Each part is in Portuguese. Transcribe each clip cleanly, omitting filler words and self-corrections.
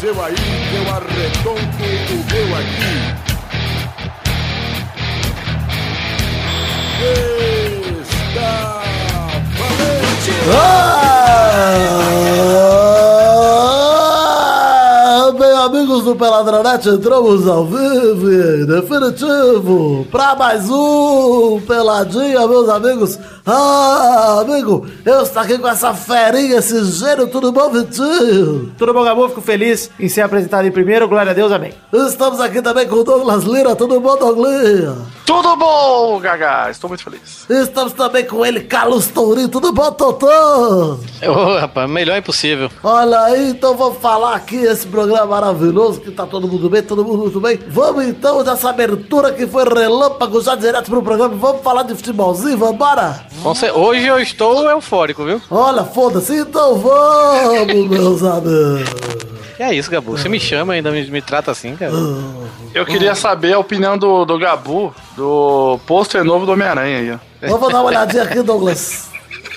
seu aí, que eu arredondo o meu aqui. Está valente! Bem, amigos do Peladronete, entramos ao vivo e definitivo pra mais um Peladinha, meus amigos. Amigo, eu estou aqui com essa ferinha, esse gênio, tudo bom, Vitinho? Tudo bom, Gabo? Fico feliz em ser apresentado em primeiro, glória a Deus, amém. Estamos aqui também com o Douglas Lira, tudo bom, Douglas? Tudo bom, Gaga? Estou muito feliz. Estamos também com ele, Carlos Tourinho, tudo bom, Totô? Rapaz, melhor impossível. Olha aí, então vamos falar aqui esse programa maravilhoso, que tá todo mundo bem, todo mundo muito bem. Vamos então dessa abertura que foi relâmpago já direto pro programa, vamos falar de futebolzinho, vambora? Hoje eu estou eufórico, viu? Olha, foda-se, então vamos, meus amigos. Que é isso, Gabu? Você me chama e ainda me trata assim, cara? Eu queria saber a opinião do Gabu do pôster novo do Homem-Aranha aí, ó. Vamos dar uma olhadinha aqui, Douglas.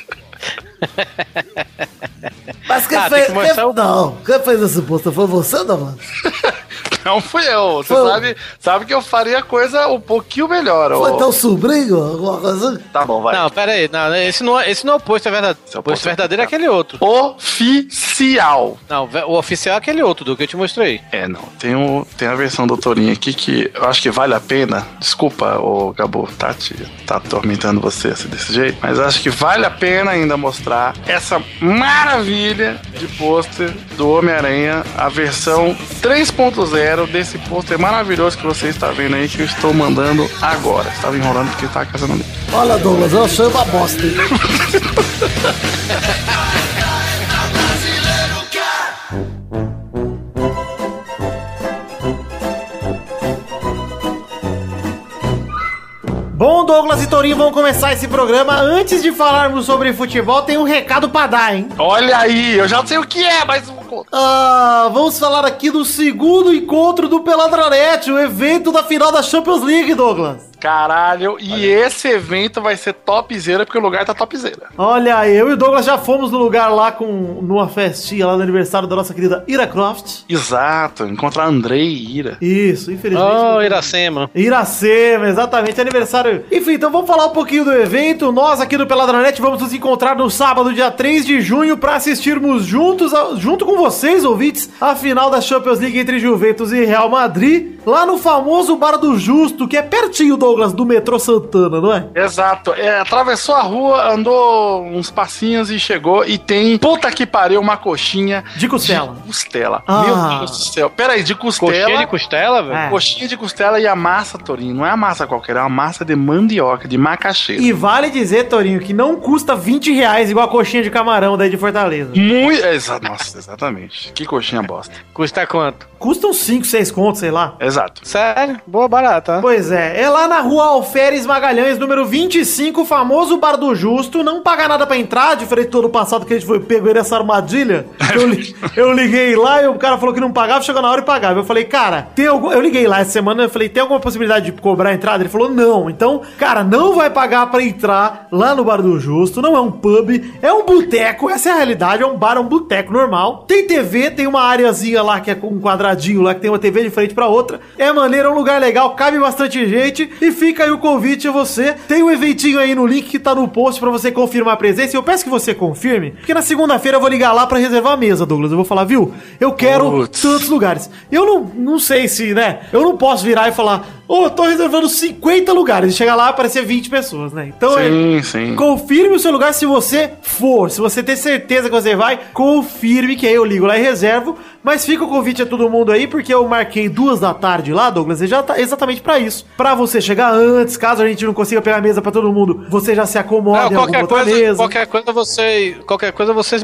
Mas quem fez... Quem fez esse pôster? Foi você, Douglas? Não fui eu. Você sabe que eu faria coisa um pouquinho melhor. Foi teu sobrinho? Alguma coisa assim? Tá bom, vai. Não, pera aí. Não, esse não é o pôster verdadeiro. O pôster verdadeiro é aquele outro. Oficial. Não, o oficial é aquele outro do que eu te mostrei. Não. Tem a versão do Torinho aqui que eu acho que vale a pena. Desculpa, o Gabu, tá atormentando você assim, desse jeito. Mas acho que vale a pena ainda mostrar essa maravilha de pôster do Homem-Aranha, a versão 3.0 desse pôster maravilhoso que você está vendo aí, que eu estou mandando agora. Estava enrolando porque estava casando ali. Olha, Douglas, eu achei uma bosta. Bom, Douglas e Tourinho, vamos começar esse programa. Antes de falarmos sobre futebol, tem um recado pra dar, hein? Olha aí, eu já sei o que é, mas... vamos falar aqui do segundo encontro do Peladronete, o evento da final da Champions League, Douglas. Caralho, e esse evento vai ser topzera, porque o lugar tá topzera. Olha, eu e o Douglas já fomos no lugar lá numa festinha lá no aniversário da nossa querida Ira Croft. Exato, encontrar Andrei e Ira. Isso, infelizmente. Iracema. Iracema, exatamente, aniversário. Enfim, então vamos falar um pouquinho do evento. Nós aqui do Peladronete vamos nos encontrar no sábado, dia 3 de junho, pra assistirmos junto com vocês, ouvintes, a final da Champions League entre Juventus e Real Madrid, lá no famoso Bar do Justo, que é pertinho, Douglas, do metrô Santana, não é? Exato, atravessou a rua, andou uns passinhos e chegou, e tem, puta que pariu, uma coxinha de costela. Meu Deus do céu, peraí, de costela. Coxinha de costela, velho? Coxinha de costela e a massa, Torinho, não é a massa qualquer, é uma massa de mandioca, de macaxeira. E vale dizer, Torinho, que não custa R$20 igual a coxinha de camarão daí de Fortaleza. Nossa, exatamente. Que coxinha bosta. Custa quanto? Custa uns 5, 6 contos, sei lá. Exato. Sério? Boa, barata. Pois é lá na rua Alferes Magalhães, número 25, o famoso Bar do Justo. Não paga nada pra entrar, diferente do ano passado que a gente foi pego aí nessa armadilha. Eu liguei lá e o cara falou que não pagava, chegou na hora e pagava. Eu falei, cara, eu liguei lá essa semana, eu falei, tem alguma possibilidade de cobrar a entrada? Ele falou, não. Então, cara, não vai pagar pra entrar lá no Bar do Justo, não é um pub, é um boteco, essa é a realidade, é um bar, é um boteco normal. Tem TV, tem uma areazinha lá que é com um quadradinho lá, que tem uma TV de frente pra outra. É maneiro, é um lugar legal, cabe bastante gente e fica aí o convite a você. Tem um eventinho aí no link que tá no post pra você confirmar a presença, e eu peço que você confirme, porque na segunda-feira eu vou ligar lá pra reservar a mesa, Douglas. Eu vou falar, viu, eu quero tantos lugares. Eu não sei se, né, eu não posso virar e falar, eu tô reservando 50 lugares, e chegar lá e aparecer 20 pessoas, né? Então, sim. Confirme o seu lugar se você for. Se você ter certeza que você vai, confirme, que aí eu ligo lá e reservo. Mas fica o convite a todo mundo aí, porque eu marquei 2 da tarde lá, Douglas, e já tá exatamente pra isso. Pra você chegar antes, caso a gente não consiga pegar a mesa pra todo mundo, você já se acomoda em alguma outra mesa. Qualquer coisa vocês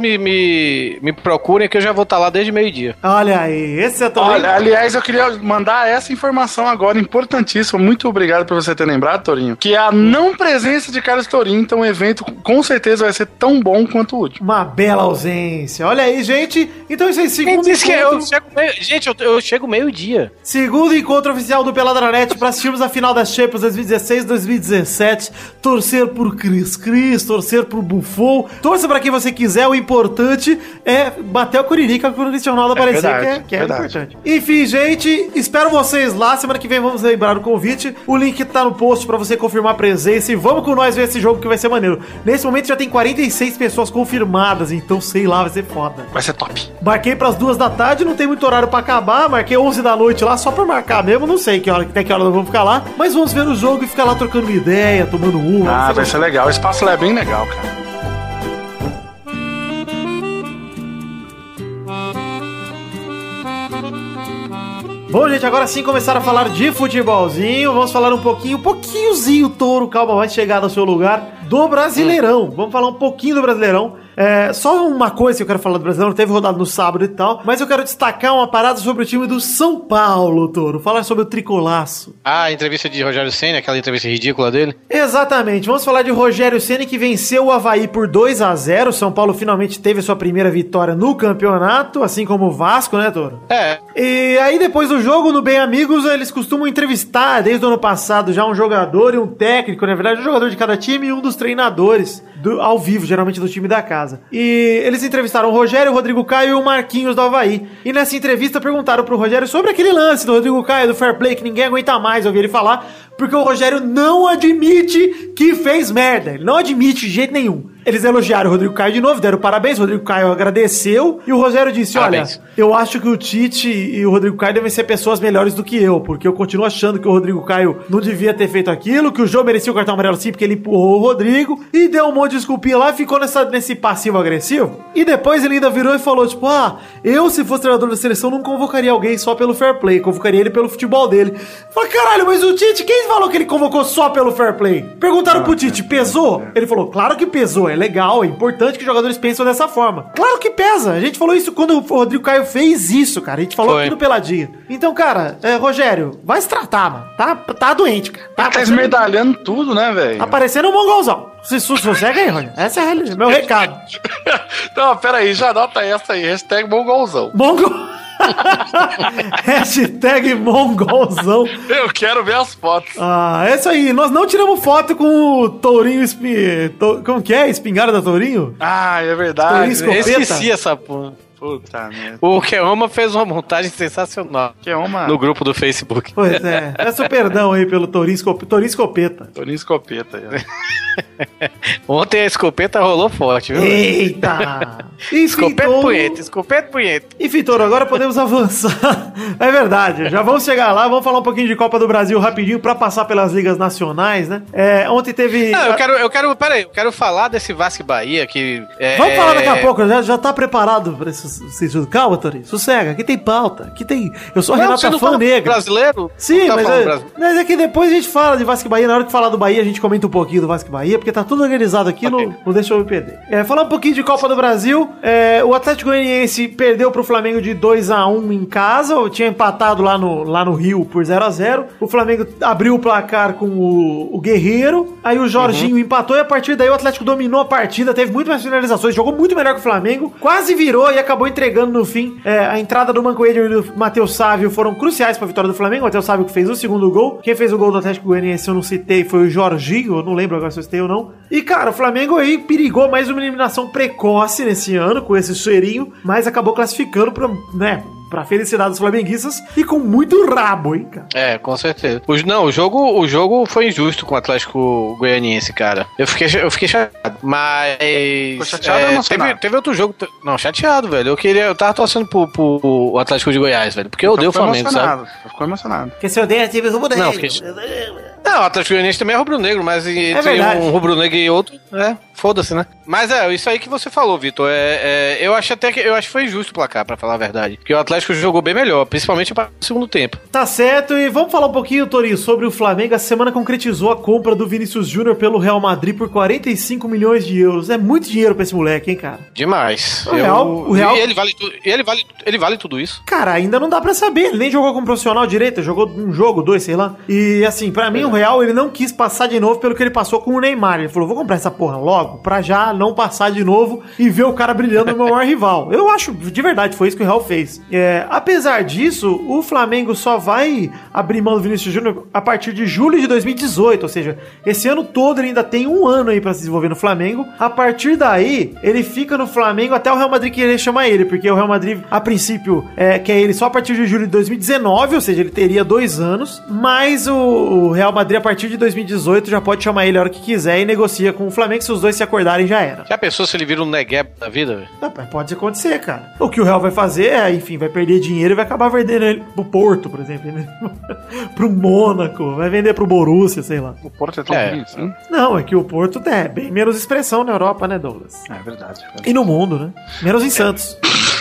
me procurem, que eu já vou estar lá desde meio-dia. Olha aí, esse é também... Olha, aliás, eu queria mandar essa informação agora, importante. importantíssima. Muito obrigado por você ter lembrado, Torinho, que é a não presença de Carlos Tourinho. Então o evento com certeza vai ser tão bom quanto o último. Uma bela ausência. Olha aí, gente. Então isso aí, segundo encontro... eu chego meio-dia. Segundo encontro oficial do Peladranet para assistirmos a final das Champions 2016, 2017. Torcer por Cris, torcer por Buffon. Torça pra quem você quiser. O importante é bater o Curirica quando o Cristiano Ronaldo aparecer, verdade, que é importante. Enfim, gente, espero vocês lá. Semana que vem vamos lembrar o convite. O link tá no post pra você confirmar a presença. E vamos com nós ver esse jogo que vai ser maneiro. Nesse momento já tem 46 pessoas confirmadas, então sei lá, vai ser foda. Vai ser top. Marquei pras 2 da tarde, não tem muito horário pra acabar. Marquei 11 da noite lá, só pra marcar mesmo. Não sei até que hora nós vamos ficar lá. Mas vamos ver o jogo e ficar lá trocando uma ideia, tomando uma. Vai ser legal. O espaço lá é bem legal, cara. Bom, gente, agora sim começaram a falar de futebolzinho. Vamos falar um pouquinhozinho, Touro, calma, vai chegar no seu lugar, do Brasileirão. Vamos falar um pouquinho do Brasileirão. Só uma coisa que eu quero falar do Brasileirão, teve rodado no sábado e tal, mas eu quero destacar uma parada sobre o time do São Paulo, Touro. Falar sobre o tricolaço. A entrevista de Rogério Ceni, aquela entrevista ridícula dele. Exatamente, vamos falar de Rogério Ceni, que venceu o Avaí por 2-0. São Paulo finalmente teve a sua primeira vitória no campeonato, assim como o Vasco, né, Touro? E aí depois do jogo, no Bem Amigos, eles costumam entrevistar, desde o ano passado, já um jogador e um técnico, na verdade, um jogador de cada time e um dos treinadores, ao vivo, geralmente do time da casa. E eles entrevistaram o Rogério, o Rodrigo Caio e o Marquinhos do Avaí. E nessa entrevista perguntaram pro Rogério sobre aquele lance do Rodrigo Caio, do fair play, que ninguém aguenta mais ouvir ele falar, porque o Rogério não admite que fez merda. Ele não admite de jeito nenhum. Eles elogiaram o Rodrigo Caio de novo, deram parabéns, o Rodrigo Caio agradeceu, e o Rogério disse, parabéns. Olha, eu acho que o Tite e o Rodrigo Caio devem ser pessoas melhores do que eu, porque eu continuo achando que o Rodrigo Caio não devia ter feito aquilo, que o Jô merecia o cartão amarelo sim, porque ele empurrou o Rodrigo, e deu um monte de desculpinha lá, e ficou nesse passivo-agressivo. E depois ele ainda virou e falou, tipo, eu se fosse treinador da seleção não convocaria alguém só pelo fair play, convocaria ele pelo futebol dele. Falei, caralho, mas o Tite, quem falou que ele convocou só pelo fair play? Perguntaram pro Tite, pesou? Ele falou, claro que pesou, é legal, é importante que os jogadores pensam dessa forma. Claro que pesa, a gente falou isso quando o Rodrigo Caio fez isso, cara, a gente falou aqui no Peladinha. Então, cara, Rogério, vai se tratar, mano, tá doente, cara. Tá esmedalhando tudo, né, velho? Tá parecendo um mongolzão. Se sossega aí, Rogério, essa é a realidade, meu recado. Não, pera aí, já anota essa aí, hashtag mongolzão. Hashtag mongolzão. Eu quero ver as fotos. É isso aí. Nós não tiramos foto com o Tourinho como que é? Espingarda da Tourinho? É verdade. Tourinho Eu esqueci essa porra. Puta merda. O Keoma fez uma montagem sensacional no grupo do Facebook. Pois é. Peço perdão aí pelo Tourinho Escopeta. Tourinho Escopeta, Ontem a escopeta rolou forte, viu? Eita! Escopeta punheta. Enfim, Touro, agora podemos avançar. É verdade, já vamos chegar lá, vamos falar um pouquinho de Copa do Brasil rapidinho pra passar pelas ligas nacionais, né? Ontem teve... Não, eu quero falar desse Vasco e Bahia que... Vamos falar daqui a pouco, já tá preparado pra esses... Calma, Tourinho, sossega, aqui tem pauta, aqui tem... Eu sou a Renata Fã Negra. Brasileiro? Sim, mas é que depois a gente fala de Vasco e Bahia, na hora que falar do Bahia a gente comenta um pouquinho do Vasco e Bahia, porque tá tudo organizado aqui, não deixa eu me perder. Falar um pouquinho de Copa do Brasil, o Atlético Goianiense perdeu pro Flamengo de 2-1 em casa, tinha empatado lá no Rio por 0-0, o Flamengo abriu o placar com o Guerreiro, aí o Jorginho empatou e a partir daí o Atlético dominou a partida, teve muito mais finalizações, jogou muito melhor que o Flamengo, quase virou e acabou entregando no fim. A entrada do Mancoedo e do Matheus Sávio foram cruciais pra vitória do Flamengo, o Matheus Sávio que fez o segundo gol, quem fez o gol do Atlético Goianiense eu não citei, foi o Jorginho, eu não lembro agora se eu citei ou não. E, cara, o Flamengo aí perigou mais uma eliminação precoce nesse ano, com esse cheirinho, mas acabou classificando pra felicidade dos flamenguistas e com muito rabo, hein, cara? Com certeza. O jogo foi injusto com o Atlético Goianiense, cara. Eu fiquei chateado, mas... Ficou chateado ou emocionado? Teve outro jogo... Não, chateado, velho. Eu tava torcendo pro Atlético de Goiás, velho, porque eu odeio o Flamengo, sabe? Ficou emocionado. Porque você odeia time rubro-negro. Não, o Atlético Goianiense também é rubro-negro, mas entre um rubro-negro e outro, foda-se, né? Mas isso aí que você falou, Vitor. Eu acho que foi justo o placar, pra falar a verdade. Porque o Atlético jogou bem melhor, principalmente para o segundo tempo. Tá certo, e vamos falar um pouquinho, Torinho, sobre o Flamengo. A semana concretizou a compra do Vinícius Júnior pelo Real Madrid por 45 milhões de euros. É muito dinheiro pra esse moleque, hein, cara? Demais. O Real... E ele vale tudo isso? Cara, ainda não dá pra saber. Ele nem jogou como profissional direito, jogou um jogo, 2, sei lá. E assim, pra mim, o Real, ele não quis passar de novo pelo que ele passou com o Neymar. Ele falou, vou comprar essa porra logo pra já não passar de novo e ver o cara brilhando no meu maior rival. Eu acho, de verdade, foi isso que o Real fez. Apesar disso, o Flamengo só vai abrir mão do Vinícius Júnior a partir de julho de 2018, ou seja, esse ano todo ele ainda tem um ano aí pra se desenvolver no Flamengo. A partir daí, ele fica no Flamengo até o Real Madrid querer chamar ele, porque o Real Madrid, a princípio, quer ele só a partir de julho de 2019, ou seja, ele teria 2 anos, mas o Real Madrid, a partir de 2018, já pode chamar ele a hora que quiser e negocia com o Flamengo. Se os dois se acordarem, já era. Já pensou se ele vira um Negueb da vida, velho? Pode acontecer, cara. O que o Real vai fazer enfim, vai perder dinheiro e vai acabar vendendo ele pro Porto, por exemplo, né? Pro Mônaco, vai vender pro Borussia, sei lá. O Porto é tão ruim, hein? Não, é que o Porto é bem menos expressão na Europa, né, Douglas? É verdade. E no mundo, né? Menos em Santos.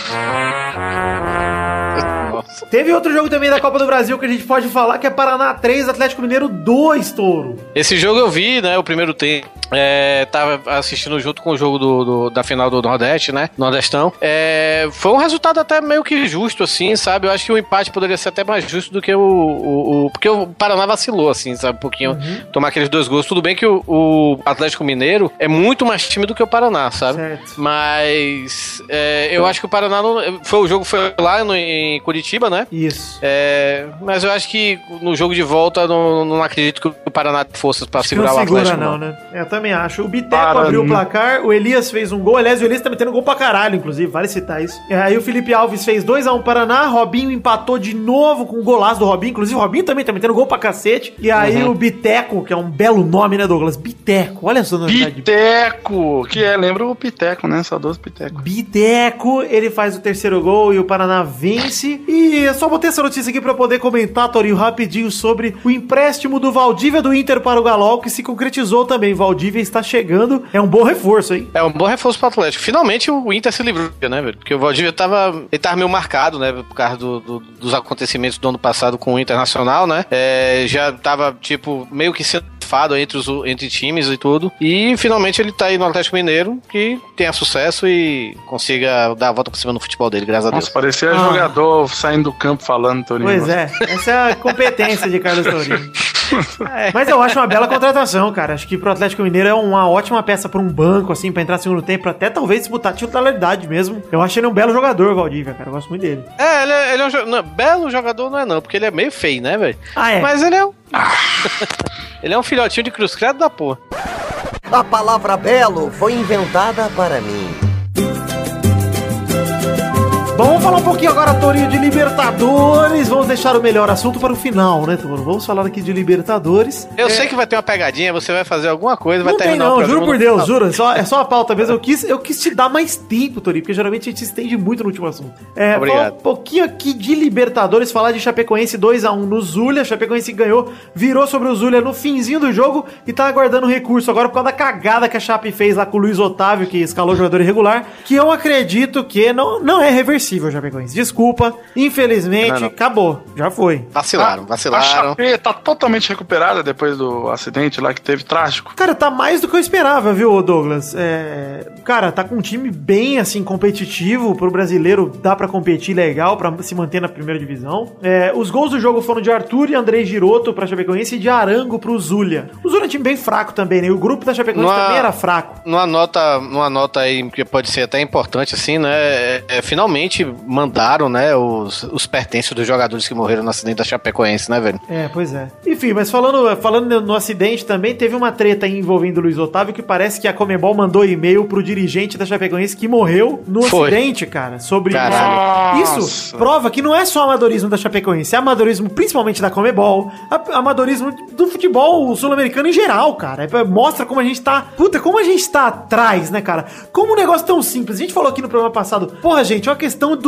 Teve outro jogo também da Copa do Brasil que a gente pode falar, que é Paraná 3, Atlético Mineiro 2, Touro. Esse jogo eu vi, né, o primeiro tempo. Tava assistindo junto com o jogo da final do Nordeste, né, Nordestão. Foi um resultado até meio que justo, assim, sabe? Eu acho que o empate poderia ser até mais justo do que porque o Paraná vacilou, assim, sabe? Um pouquinho, tomar aqueles 2 gols. Tudo bem que o Atlético Mineiro é muito mais time do que o Paraná, sabe? Certo. Mas eu acho que o Paraná o jogo foi lá em Curitiba, né? Isso. Mas eu acho que no jogo de volta não acredito que o Paraná forças pra segurar o Atlético. Não, né? Eu também acho. O Biteco abriu o placar, o Elias fez um gol. Aliás, o Elias tá metendo gol pra caralho, inclusive, vale citar isso. Aí o Felipe Alves fez 2-1 Paraná, Robinho empatou de novo com o golaço do Robinho. Inclusive, o Robinho também tá metendo gol pra cacete. E aí o Biteco, que é um belo nome, né, Douglas? Biteco, olha só a novidade. Biteco, lembra o Piteco, né? Saudoso Piteco. Biteco, ele faz o 3º gol e o Paraná vence. E eu só botei essa notícia aqui pra poder comentar, Torinho, rapidinho sobre o empréstimo do Valdívia do Inter para o Galol, que se concretizou também. Valdívia está chegando. É um bom reforço, hein? É um bom reforço pro Atlético. Finalmente o Inter se livrou, né, velho? Porque o Valdívia tava meio marcado, né? Por causa dos acontecimentos do ano passado com o Internacional, né? Já tava, tipo, meio que sendo fado entre times e tudo. E finalmente ele tá aí no Atlético Mineiro, que tenha sucesso e consiga dar a volta por cima no futebol dele, graças a Deus. Nossa, parecia jogador saindo do campo falando, Torinho. Pois é, essa é a competência de Carlos Torinho. Mas eu acho uma bela contratação, cara. Acho que pro Atlético Mineiro é uma ótima peça pra um banco, assim, pra entrar no segundo tempo, até talvez disputar titularidade mesmo. Eu acho ele um belo jogador, o Valdívia, cara. Eu gosto muito dele. Ele é um belo jogador, não, porque ele é meio feio, né, velho? Mas ele é ele é um filhotinho de cruz credo da porra. A palavra belo foi inventada para mim. Bom, vamos falar um pouquinho agora, Torinho, de Libertadores. Vamos deixar o melhor assunto para o final, né, Torinho? Vamos falar aqui de Libertadores. Eu sei que vai ter uma pegadinha, você vai fazer alguma coisa, vai terminar o programa. Juro por Deus, juro. É só a pauta mesmo. Eu quis te dar mais tempo, Torinho, porque geralmente a gente se estende muito no último assunto. Obrigado. Falar um pouquinho aqui de Libertadores, falar de Chapecoense 2-1 no Zulia. Chapecoense ganhou, virou sobre o Zulia no finzinho do jogo e tá aguardando recurso agora por causa da cagada que a Chape fez lá com o Luiz Otávio, que escalou o jogador irregular, que eu acredito que não é reversível, Chapecoense. Desculpa, infelizmente, não. Acabou. Já foi. Vacilaram. A Chape tá totalmente recuperada depois do acidente lá que teve trágico. Cara, tá mais do que eu esperava, viu, Douglas? Cara, tá com um time bem, assim, competitivo. Pro brasileiro dá pra competir legal, pra se manter na primeira divisão. Os gols do jogo foram de Arthur e Andrei Giroto pra Chapecoense e de Arango pro Zulia. O Zulia é um time bem fraco também, né? E o grupo da Chapecoense também era fraco. Numa nota aí que pode ser até importante, assim, né? Finalmente mandaram, né, os pertences dos jogadores que morreram no acidente da Chapecoense, né, velho? Pois é. Enfim, mas falando no acidente também, teve uma treta aí envolvendo o Luiz Otávio, que parece que a Conmebol mandou e-mail pro dirigente da Chapecoense que morreu no acidente, cara, sobre... Isso prova que não é só amadorismo da Chapecoense, é amadorismo principalmente da Conmebol, amadorismo do futebol sul-americano em geral, cara. Mostra como a gente tá... como a gente tá atrás, né, cara? Como um negócio tão simples. A gente falou aqui no programa passado, porra, gente, é uma questão do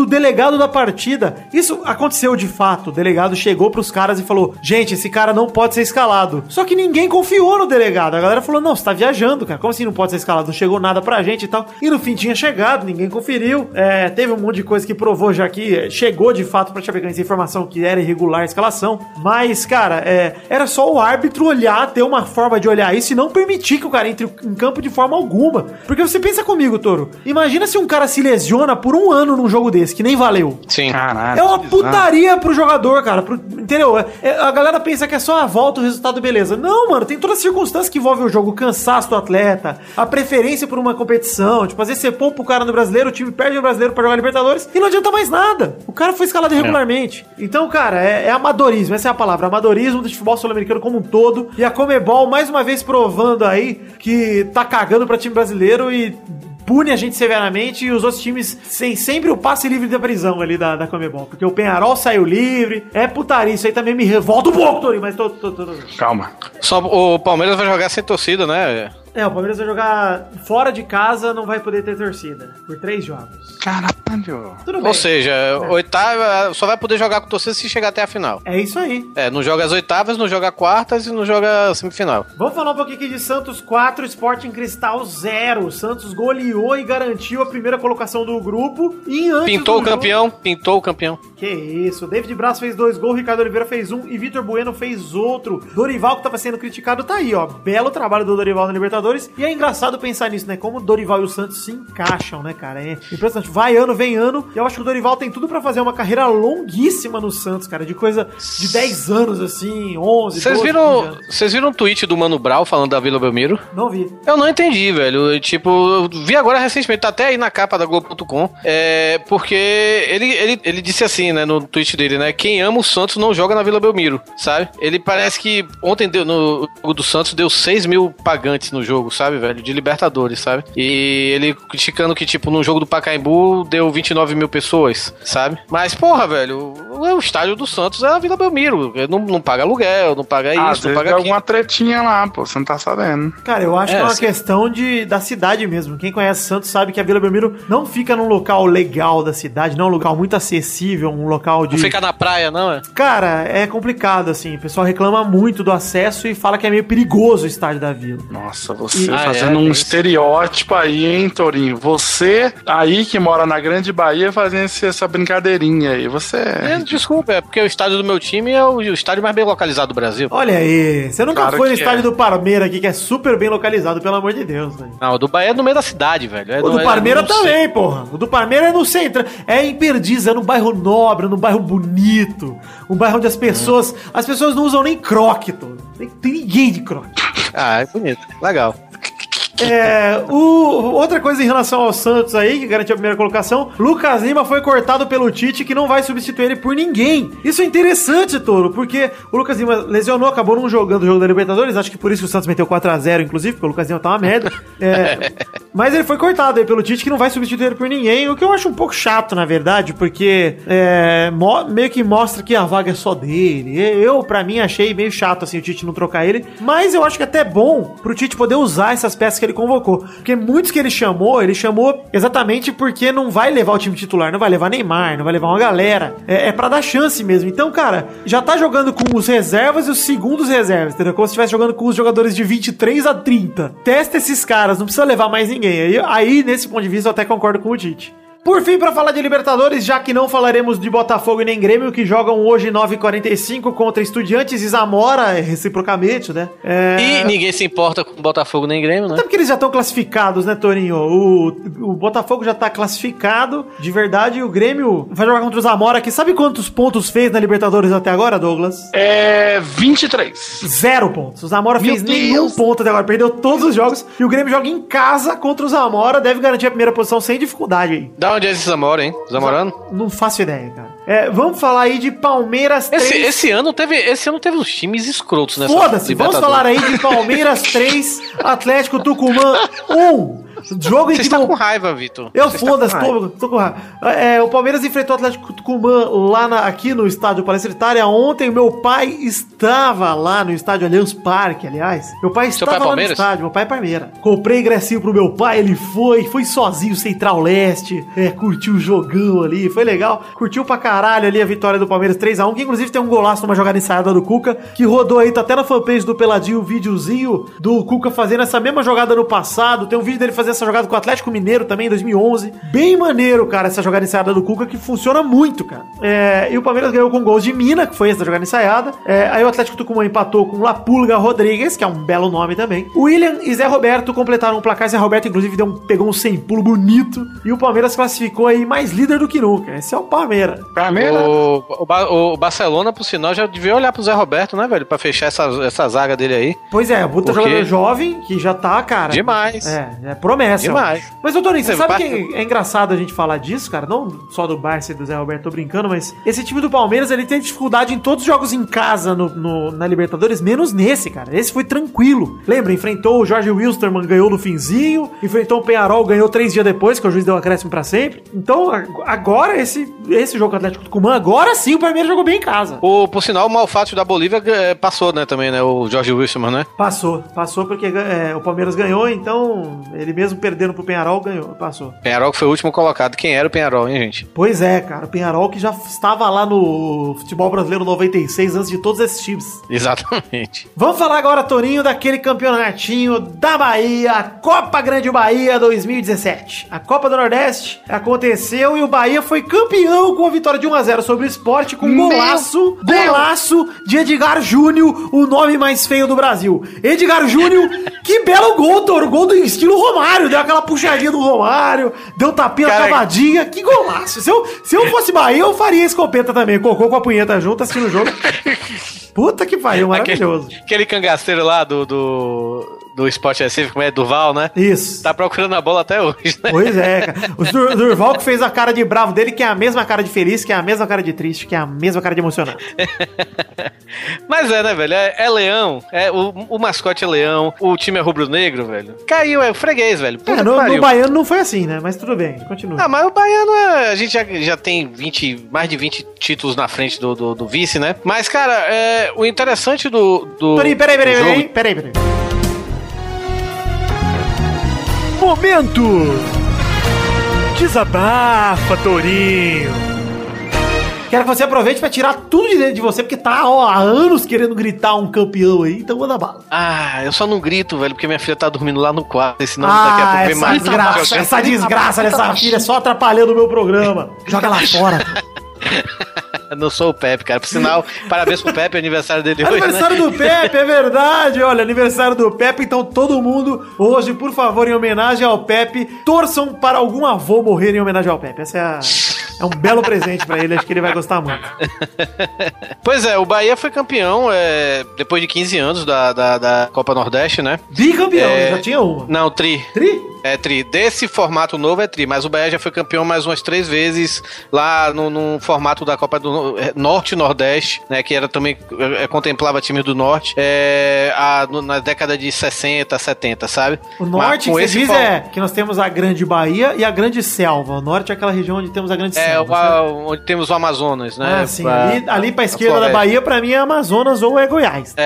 do delegado da partida. Isso aconteceu de fato. O delegado chegou pros caras e falou: gente, esse cara não pode ser escalado. Só que ninguém confiou no delegado. A galera falou: não, você tá viajando, cara. Como assim não pode ser escalado? Não chegou nada pra gente e tal. E no fim tinha chegado, ninguém conferiu. Teve um monte de coisa que provou já que chegou de fato pra Chapecoense a informação que era irregular a escalação. Mas, cara, era só o árbitro olhar, ter uma forma de olhar isso e não permitir que o cara entre em campo de forma alguma. Porque você pensa comigo, Toro, imagina se um cara se lesiona por um ano num jogo desse, que nem valeu. Sim. Caralho, É uma putaria pro jogador, cara. Entendeu? A galera pensa que é só a volta, o resultado, beleza. Não, mano, tem todas as circunstâncias que envolvem o jogo, o cansaço do atleta, a preferência por uma competição. Tipo, às vezes você poupa o cara no brasileiro, o time perde o brasileiro pra jogar Libertadores e não adianta mais nada. O cara foi escalado irregularmente. Então, cara, é amadorismo, essa é a palavra. Amadorismo do futebol sul-americano como um todo. E a Conmebol, mais uma vez, provando aí que tá cagando pra time brasileiro e pune a gente severamente, e os outros times sem sempre o passe livre da prisão ali da Conmebol. Porque o Peñarol saiu livre. É putaria, isso aí também me revolta um pouco, Torinho, mas tô... Calma. Só o Palmeiras vai jogar sem torcida, né? O Palmeiras vai jogar fora de casa, não vai poder ter torcida. Por 3 jogos. Caralho. Tudo bem. Ou seja, oitava só vai poder jogar com torcida se chegar até a final. É isso aí. Não joga as oitavas, não joga quartas e não joga semifinal. Vamos falar um pouquinho aqui de Santos 4, Sporting Cristal 0. Santos goleou e garantiu a primeira colocação do grupo. E antes Pintou o campeão. Que isso. David Braz fez 2 gols, Ricardo Oliveira fez 1 e Vitor Bueno fez outro. Dorival, que tava sendo criticado, tá aí, ó. Belo trabalho do Dorival na Libertadores. E é engraçado pensar nisso, né? Como o Dorival e o Santos se encaixam, né, cara? É impressionante. Vai ano, vem ano. E eu acho que o Dorival tem tudo pra fazer uma carreira longuíssima no Santos, cara. De coisa de 10 anos, assim, 11, Vocês viram um tweet do Mano Brown falando da Vila Belmiro? Não vi. Eu não entendi, velho. Tipo, eu vi agora recentemente, tá até aí na capa da Globo.com. Porque ele disse assim, né, no tweet dele, né? Quem ama o Santos não joga na Vila Belmiro, sabe? Ele parece que ontem no jogo do Santos deu 6 mil pagantes no jogo, sabe, velho? De Libertadores, sabe? E ele criticando que, tipo, no jogo do Pacaembu deu 29 mil pessoas, sabe? Mas, porra, velho, o estádio do Santos é a Vila Belmiro. Não paga aluguel, não paga isso, não paga aquilo. Alguma tretinha lá, pô, você não tá sabendo. Cara, eu acho que é uma questão da cidade mesmo. Quem conhece Santos sabe que a Vila Belmiro não fica num local legal da cidade, não é um local muito acessível, um local de... Não fica na praia, não, é? Cara, é complicado, assim. O pessoal reclama muito do acesso e fala que é meio perigoso o estádio da Vila. Nossa, você fazendo um estereótipo aí, hein, Torinho? Você aí que mora na Grande Bahia fazendo essa brincadeirinha aí, você... Desculpa, é porque o estádio do meu time é o estádio mais bem localizado do Brasil. Olha aí, você nunca foi no estádio do Parmeira aqui, que é super bem localizado, pelo amor de Deus, velho. Não, o do Bahia é no meio da cidade, velho. O do Parmeira também, porra. O do Parmeira é no centro, é em Perdiz, é no bairro nobre, no bairro bonito, um bairro onde as pessoas não usam nem croque, todo. Nem tem ninguém de croque. É bonito, legal. Outra coisa em relação ao Santos aí, que garantiu a primeira colocação, Lucas Lima foi cortado pelo Tite, que não vai substituir ele por ninguém. Isso é interessante, Toro, porque o Lucas Lima lesionou, acabou não jogando o jogo da Libertadores, acho que por isso que o Santos meteu 4-0, inclusive, porque o Lucas Lima tá uma merda. Mas ele foi cortado aí pelo Tite, que não vai substituir ele por ninguém, o que eu acho um pouco chato, na verdade, porque meio que mostra que a vaga é só dele. Pra mim, achei meio chato, assim, o Tite não trocar ele, mas eu acho que é até bom pro Tite poder usar essas peças que ele convocou. Porque muitos que ele chamou exatamente porque não vai levar o time titular, não vai levar Neymar, não vai levar uma galera. É pra dar chance mesmo. Então, cara, já tá jogando com os reservas e os segundos reservas, entendeu? Como se estivesse jogando com os jogadores de 23 a 30. Testa esses caras, não precisa levar mais ninguém. Aí, nesse ponto de vista, eu até concordo com o Tite. Por fim, para falar de Libertadores, já que não falaremos de Botafogo e nem Grêmio, que jogam hoje 9h45 contra Estudiantes e Zamora, reciprocamente, né? E ninguém se importa com Botafogo nem Grêmio, né? Até porque eles já estão classificados, né, Torinho? O Botafogo já tá classificado, de verdade, e o Grêmio vai jogar contra o Zamora, que sabe quantos pontos fez na Libertadores até agora, Douglas? 23. 0 pontos. O Zamora fez nenhum ponto até agora, perdeu todos os jogos, e o Grêmio joga em casa contra o Zamora, deve garantir a primeira posição sem dificuldade aí. Onde é esse Zamora, hein? Zamorano? Não faço ideia, cara. Vamos falar aí de Palmeiras 3. Esse ano teve uns times escrotos, né? Foda-se, vamos falar aí de Palmeiras 3, Atlético Tucumã 1. Jogo em Você que está não... com raiva, Vitor. Eu Você foda-se, está com raiva. tô com raiva. O Palmeiras enfrentou o Atlético Tucumã lá aqui no estádio Palestra Itália. Ontem meu pai estava lá no estádio Allianz Parque, aliás. Meu pai Seu estava pai é lá no Palmeiras? estádio, meu pai é Palmeiras. Comprei ingressinho pro meu pai, ele foi sozinho, Central Leste, curtiu o jogão ali, foi legal. Curtiu pra caralho ali a vitória do Palmeiras 3x1, que inclusive tem um golaço numa jogada ensaiada do Cuca, que rodou aí, tá até na fanpage do Peladinho, o videozinho do Cuca fazendo essa mesma jogada no passado. Tem um vídeo dele fazendo essa jogada com o Atlético Mineiro também, em 2011. Bem maneiro, cara, essa jogada ensaiada do Cuca, que funciona muito, cara. E o Palmeiras ganhou com gols de Mina, que foi essa jogada ensaiada. Aí o Atlético Tucumã empatou com Lapulga Rodrigues, que é um belo nome também. William e Zé Roberto completaram o placar. Zé Roberto, inclusive, pegou um sem pulo bonito. E o Palmeiras classificou aí mais líder do que nunca. Esse é o Palmeiras. O Barcelona, por sinal, já devia olhar pro Zé Roberto, né, velho? Pra fechar essa zaga dele aí. Pois é, puta jogador jovem que já tá, cara. Demais. É promessa. Demais. Mas, doutor, você sabe Barça... que é engraçado a gente falar disso, cara? Não só do Barça e do Zé Roberto, tô brincando, mas esse time do Palmeiras, ele tem dificuldade em todos os jogos em casa na Libertadores, menos nesse, cara. Esse foi tranquilo. Lembra? Enfrentou o Jorge Wilstermann, ganhou no finzinho. Enfrentou o Peñarol, ganhou 3 dias depois, que o juiz deu um acréscimo pra sempre. Então, agora, esse jogo com o Atlético Tucumã, agora sim o Palmeiras jogou bem em casa. Por sinal, o Malfátio da Bolívia passou, né, também, né? O Jorge Wilstermann, né? Passou porque o Palmeiras ganhou, então ele mesmo perdendo pro Peñarol, ganhou, passou. Peñarol que foi o último colocado. Quem era o Peñarol, hein, gente? Pois é, cara, o Peñarol que já estava lá no futebol brasileiro 96, antes de todos esses times. Exatamente. Vamos falar agora, Toninho, daquele campeonatinho da Bahia, a Copa Grande Bahia 2017. A Copa do Nordeste aconteceu e o Bahia foi campeão com a vitória de 1x0 sobre o Sport, com um golaço de Edgar Júnior, o nome mais feio do Brasil. Edgar Júnior, que belo gol, Toro, gol do estilo Romário, deu aquela puxadinha do Romário, deu tapinha na cavadinha, que golaço. Se eu fosse Bahia, eu faria escopeta também, cocô com a punheta junto, assistindo o jogo. Puta que pariu, maravilhoso. Aquele cangaceiro lá do Sport Recife, como é? Durval, né? Isso. Tá procurando a bola até hoje, né? Pois é, cara. O Durval que fez a cara de bravo dele, que é a mesma cara de feliz, que é a mesma cara de triste, que é a mesma cara de emocionado. Mas né, velho? É leão. O mascote é leão. O time é rubro-negro, velho. Caiu, é o freguês, velho. Puta no Baiano não foi assim, né? Mas tudo bem, continua. Ah, mas o Baiano, a gente já tem mais de 20 títulos na frente do vice, né? Mas, cara, o interessante do Torinho, peraí. Momento! Desabafa, Torinho! Quero que você aproveite pra tirar tudo de dentro de você, porque tá há anos querendo gritar um campeão aí, então manda bala. Ah, eu só não grito, velho, porque minha filha tá dormindo lá no quarto, senão daqui a pouco vem mais. Essa desgraça dessa filha só atrapalhando o meu programa. Joga lá fora. Não sou o Pepe, cara. Por sinal, parabéns pro Pepe, aniversário dele hoje, aniversário do Pepe, é verdade. Olha, aniversário do Pepe. Então todo mundo hoje, por favor, em homenagem ao Pepe, torçam para algum avô morrer em homenagem ao Pepe. Essa é um belo presente pra ele. Acho que ele vai gostar muito. Pois é, o Bahia foi campeão depois de 15 anos da Copa Nordeste, né? Bicampeão, já tinha uma. Não, tri. Tri? É tri. Desse formato novo é tri, mas o Bahia já foi campeão mais umas 3 vezes lá no formato da Copa do Norte e Nordeste, né? Que era também, contemplava time do Norte, na década de 60, 70, sabe? O Norte, que você diz que nós temos a Grande Bahia e a Grande Selva. O Norte é aquela região onde temos a Grande Selva. Onde temos o Amazonas, né? Ah, sim. Ali pra esquerda da Bahia, pra mim é Amazonas ou é Goiás.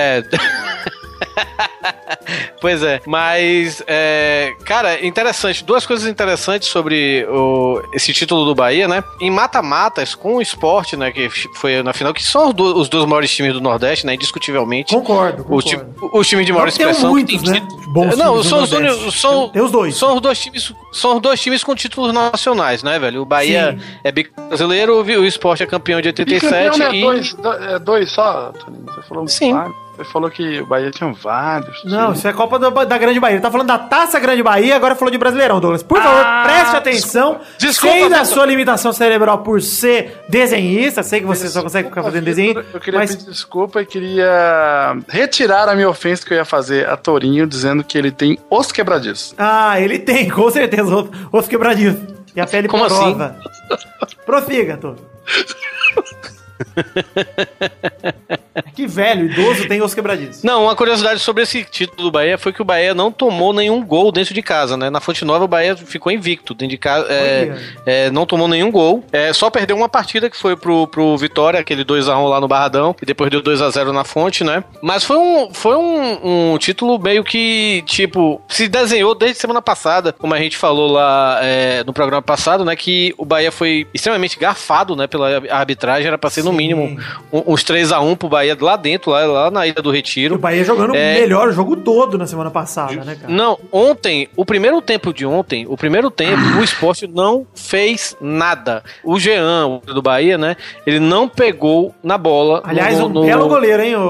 Pois é, mas cara, interessante, 2 coisas interessantes sobre esse título do Bahia, né? Em mata-matas com o Sport, né, que foi na final, que são os 2 maiores times do Nordeste, né, indiscutivelmente. Concordo. O time de maior expressão. Muitos, né? Não, são os dois. São os 2 times com títulos nacionais, né, velho? O Bahia é bicampeão, o Sport é campeão de 87 é dois só, Toninho. Você falou sim. Você falou que o Bahia tinha vários. Não, isso é Copa da Grande Bahia. Ele tá falando da Taça Grande Bahia, agora falou de Brasileirão, Douglas. Por favor, preste atenção. Desculpa, sei da sua limitação cerebral por ser desenhista. Sei que você só consegue ficar fazendo desenho. Eu queria pedir desculpa e queria retirar a minha ofensa que eu ia fazer a Torinho, dizendo que ele tem os quebradiços. Ah, ele tem, com certeza, os quebradiços. E a pele como prova. Assim? Profiga, Tô. Que velho, idoso tem os quebradiços. Não, uma curiosidade sobre esse título do Bahia foi que o Bahia não tomou nenhum gol dentro de casa, né? Na Fonte Nova o Bahia ficou invicto dentro de casa, não tomou nenhum gol, só perdeu uma partida que foi pro Vitória, aquele 2x1 lá no Barradão, e depois deu 2x0 na Fonte, né? Mas foi um título meio que, tipo, se desenhou desde semana passada, como a gente falou lá no programa passado, né? Que o Bahia foi extremamente garfado, né? Pela arbitragem, era pra ser no mínimo uns 3x1 pro Bahia lá dentro, lá na Ilha do Retiro. O Bahia jogando melhor o jogo todo na semana passada, né, cara? Não, o primeiro tempo, o Sport não fez nada. O Jean, do Bahia, né? Ele não pegou na bola. Aliás, belo goleiro, hein,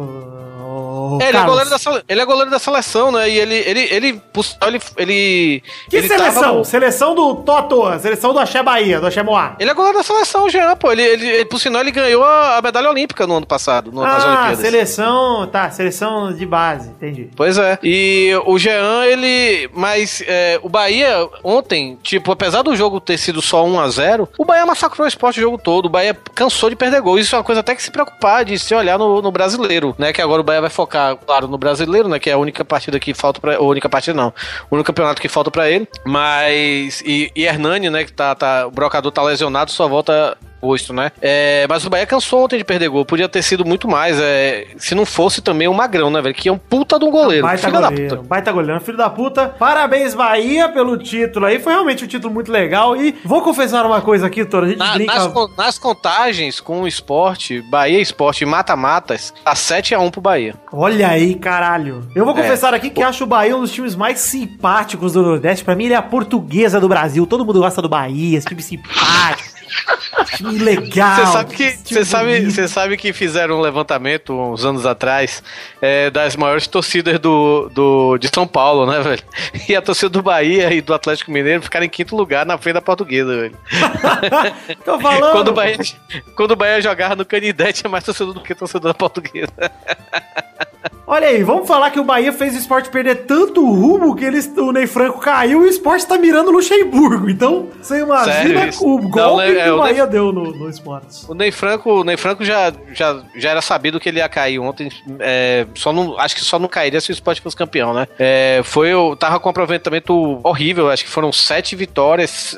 ele é goleiro da seleção, né? E ele que ele seleção? Seleção do Toto, seleção do Axé Bahia, do Axé Moá. Ele é goleiro da seleção, o Jean, pô. Por sinal, ele ganhou a medalha olímpica no ano passado, nas Olimpíadas. Seleção de base, entendi. Pois é. E o Jean, o Bahia, ontem, tipo, apesar do jogo ter sido só 1x0, o Bahia massacrou o Sport o jogo todo. O Bahia cansou de perder gol. Isso é uma coisa até que se preocupar, de se olhar no brasileiro, né? Que agora o Bahia vai focar, claro, no brasileiro, né? Que é a única partida que falta pra... O único campeonato que falta pra ele. Mas... E Hernani, né? Que o brocador tá lesionado, só volta... Posto, né? Mas o Bahia cansou ontem de perder gol. Podia ter sido muito mais. Se não fosse também o Magrão, né, velho? Que é um puta de um goleiro. Baita goleiro, filho da puta. Parabéns, Bahia, pelo título aí. Foi realmente um título muito legal. E vou confessar uma coisa aqui, Toro. A gente brinca... Nas contagens com o Sport, Bahia Sport e mata-matas, tá 7x1 pro Bahia. Olha aí, caralho. Eu vou confessar aqui que acho o Bahia um dos times mais simpáticos do Nordeste. Pra mim, ele é a portuguesa do Brasil. Todo mundo gosta do Bahia, esse time simpático. Time legal. Você sabe que fizeram um levantamento uns anos atrás das maiores torcidas de São Paulo, né, velho? E a torcida do Bahia e do Atlético Mineiro ficaram em 5º lugar na frente da Portuguesa, velho. Tô falando. Quando o Bahia jogava no Canindé, tinha mais torcedor do que torcedor da Portuguesa. Olha aí, vamos falar que o Bahia fez o Sport perder tanto rumo que o Ney Franco caiu e o Sport tá mirando o Luxemburgo. Então, você imagina o golpe que o Bahia deu no Sport. O Ney Franco já era sabido que ele ia cair ontem. Acho que só não cairia se o Sport fosse campeão, né? Tava com um aproveitamento horrível. Acho que foram 7 vitórias.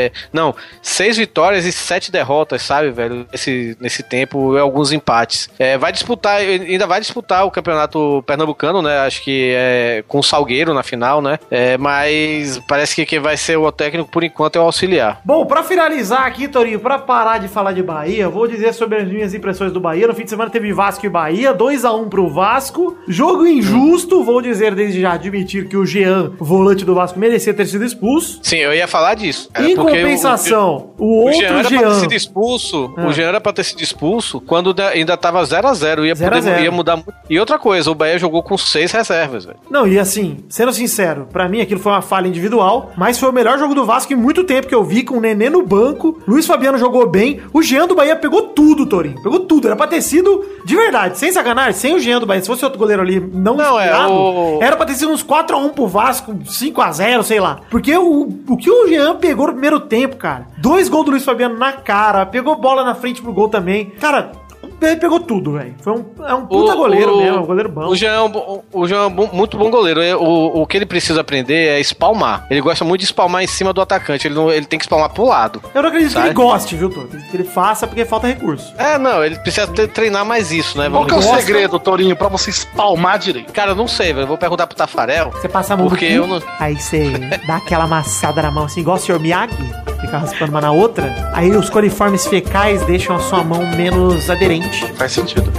6 vitórias e 7 derrotas, sabe, velho? Nesse tempo, alguns empates. Ainda vai disputar o campeonato pernambucano, né? Acho que com o Salgueiro na final, né? Mas parece que quem vai ser o técnico por enquanto é o auxiliar. Bom, pra finalizar aqui, Torinho, pra parar de falar de Bahia, vou dizer sobre as minhas impressões do Bahia. No fim de semana teve Vasco e Bahia, 2x1 pro Vasco. Jogo injusto, vou dizer desde já, admitir que o Jean, volante do Vasco, merecia ter sido expulso. Sim, eu ia falar disso. Em compensação, o outro Jean... Pra ter sido expulso, o Jean era pra ter sido expulso quando ainda tava 0x0. Ia mudar muito. E outra coisa, o Bahia jogou com 6 reservas, velho. Não, e assim, sendo sincero, pra mim aquilo foi uma falha individual, mas foi o melhor jogo do Vasco em muito tempo que eu vi, com o Nenê no banco, Luiz Fabiano jogou bem, o Jean do Bahia pegou tudo, Torinho, pegou tudo, era pra ter sido, de verdade, sem sacanagem, sem o Jean do Bahia, se fosse outro goleiro ali não inspirado, era pra ter sido uns 4x1 pro Vasco, 5x0, sei lá, porque o que o Jean pegou no primeiro tempo, cara, 2 gols do Luiz Fabiano na cara, pegou bola na frente pro gol também, cara... Ele pegou tudo, velho. É um puta goleiro mesmo, um goleiro bom. O Jean é um muito bom goleiro. O que ele precisa aprender é espalmar. Ele gosta muito de espalmar em cima do atacante. Ele tem que espalmar pro lado. Eu não acredito que ele goste, viu, Tô? Que ele faça porque falta recurso. Ele precisa treinar mais isso, né? Qual que é o segredo, Torinho, pra você espalmar direito? Cara, eu não sei, velho. Eu vou perguntar pro Tafarel. Você passa a mão porque eu não... Aí você dá aquela amassada na mão, assim, igual o Sr. Miyagi, fica raspando uma na outra. Aí os coliformes fecais deixam a sua mão menos aderente. Faz sentido.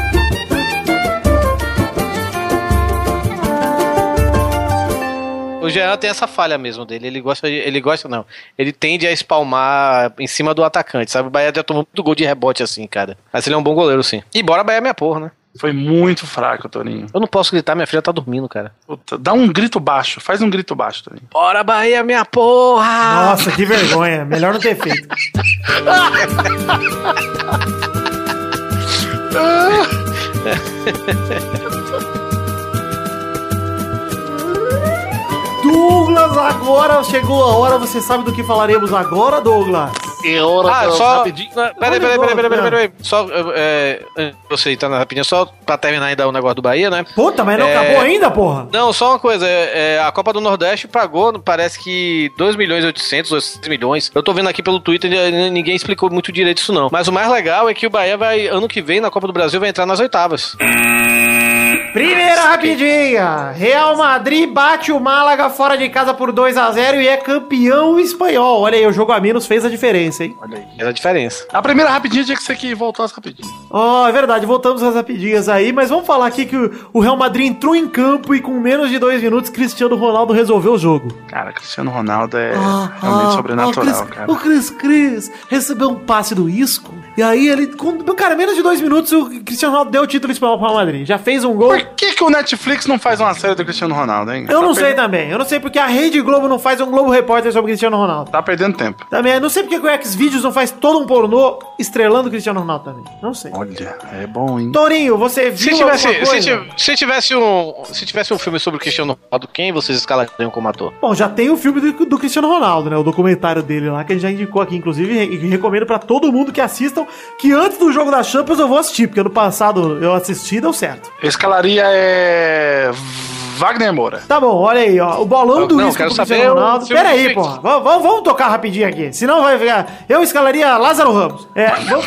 O Jean tem essa falha mesmo dele. Ele tende a espalmar em cima do atacante, sabe? O Bahia já tomou muito gol de rebote assim, cara. Mas ele é um bom goleiro, sim. E bora Bahia minha porra, né? Foi muito fraco, Torinho. Eu não posso gritar, minha filha tá dormindo, cara. Puta, dá um grito baixo. Faz um grito baixo, Torinho. Bora, Bahia, minha porra! Nossa, que vergonha. Melhor não ter feito. Douglas, agora chegou a hora. Você sabe do que falaremos agora, Douglas? Só. rapidinho. Peraí. Só. Você tá na rapidinho, só pra terminar ainda o negócio do Bahia, né? Puta, mas não acabou ainda, porra? Não, só uma coisa. A Copa do Nordeste pagou, parece que 2.800.000, 2 milhões. Eu tô vendo aqui pelo Twitter, ninguém explicou muito direito isso, não. Mas o mais legal é que o Bahia vai, ano que vem, na Copa do Brasil, vai entrar nas oitavas. Primeira rapidinha. Real Madrid bate o Málaga fora de casa por 2-0 e é campeão espanhol. Olha aí, o jogo a menos fez a diferença, hein? Olha aí. Fez a diferença. A primeira rapidinha tinha que ser que voltou as rapidinhas. É verdade, voltamos às rapidinhas aí, mas vamos falar aqui que o Real Madrid entrou em campo e com menos de 2 minutos, Cristiano Ronaldo resolveu o jogo. Cara, Cristiano Ronaldo é realmente sobrenatural, cara. O Cris recebeu um passe do Isco, e aí ele, Cara, menos de 2 minutos o Cristiano Ronaldo deu o título espanhol pro Real Madrid. Já fez um gol. Por que o Netflix não faz uma série do Cristiano Ronaldo, hein? Eu não sei também. Eu não sei porque a Rede Globo não faz um Globo Repórter sobre o Cristiano Ronaldo. Tá perdendo tempo. Também, eu não sei porque o Xvideos não faz todo um pornô estrelando o Cristiano Ronaldo também. Não sei. Olha, é bom, hein? Torinho, você viu Se tivesse um filme sobre o Cristiano Ronaldo, quem vocês escalariam como ator? Bom, já tem o filme do Cristiano Ronaldo, né? O documentário dele lá, que a gente já indicou aqui, inclusive, e recomendo pra todo mundo que assistam, que antes do jogo da Champions eu vou assistir, porque ano passado eu assisti e deu certo. Eu escalaria Wagner Moura. Tá bom, olha aí, ó. O bolão do Isco quero pro saber Cristiano Ronaldo. Pera aí, fixo. porra. Vamos tocar rapidinho aqui. Senão vai ficar... Eu escalaria Lázaro Ramos. Vamos...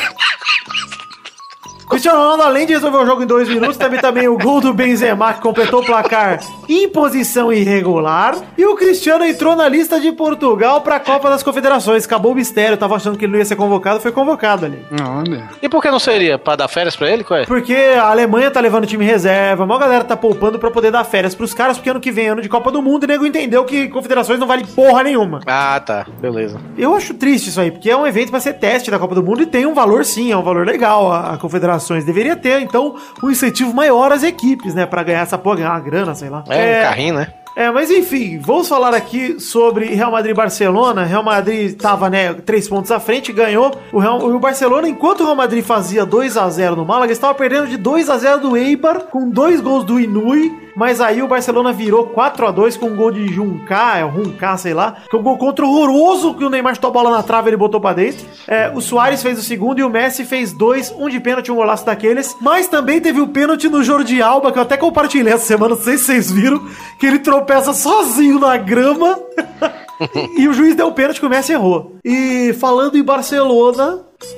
Cristiano Ronaldo, além de resolver o jogo em 2 minutos, teve também o gol do Benzema, que completou o placar em posição irregular. E o Cristiano entrou na lista de Portugal pra Copa das Confederações. Acabou o mistério, tava achando que ele não ia ser convocado, foi convocado ali. Olha. E por que não seria? Pra dar férias pra ele? Qual é? Porque a Alemanha tá levando time reserva, a maior galera tá poupando pra poder dar férias pros caras, porque ano que vem é ano de Copa do Mundo e o nego entendeu que confederações não vale porra nenhuma. Ah, tá. Beleza. Eu acho triste isso aí, porque é um evento pra ser teste da Copa do Mundo e tem um valor sim, é um valor legal a confederações. Deveria ter, então, um incentivo maior às equipes, né, pra ganhar essa porra, ganhar uma grana, sei lá. Um carrinho, né? Mas enfim, vamos falar aqui sobre Real Madrid e Barcelona. Real Madrid tava, 3 pontos à frente, ganhou. O Barcelona, enquanto o Real Madrid fazia 2-0 no Málaga, estava perdendo de 2-0 do Eibar, com 2 gols do Inui. Mas aí o Barcelona virou 4-2 com um gol de Junká, sei lá. Que é um gol contra horroroso, que o Neymar chutou a bola na trave e ele botou pra dentro. O Suárez fez o segundo e o Messi fez 2, um de pênalti, um golaço daqueles. Mas também teve o pênalti no Jordi Alba, que eu até compartilhei essa semana, não sei se vocês viram, que ele tropeça sozinho na grama. E o juiz deu o pênalti que o Messi errou. E falando em Barcelona...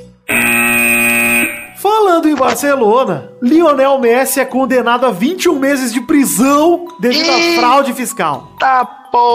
Lionel Messi é condenado a 21 meses de prisão devido a fraude fiscal. Tá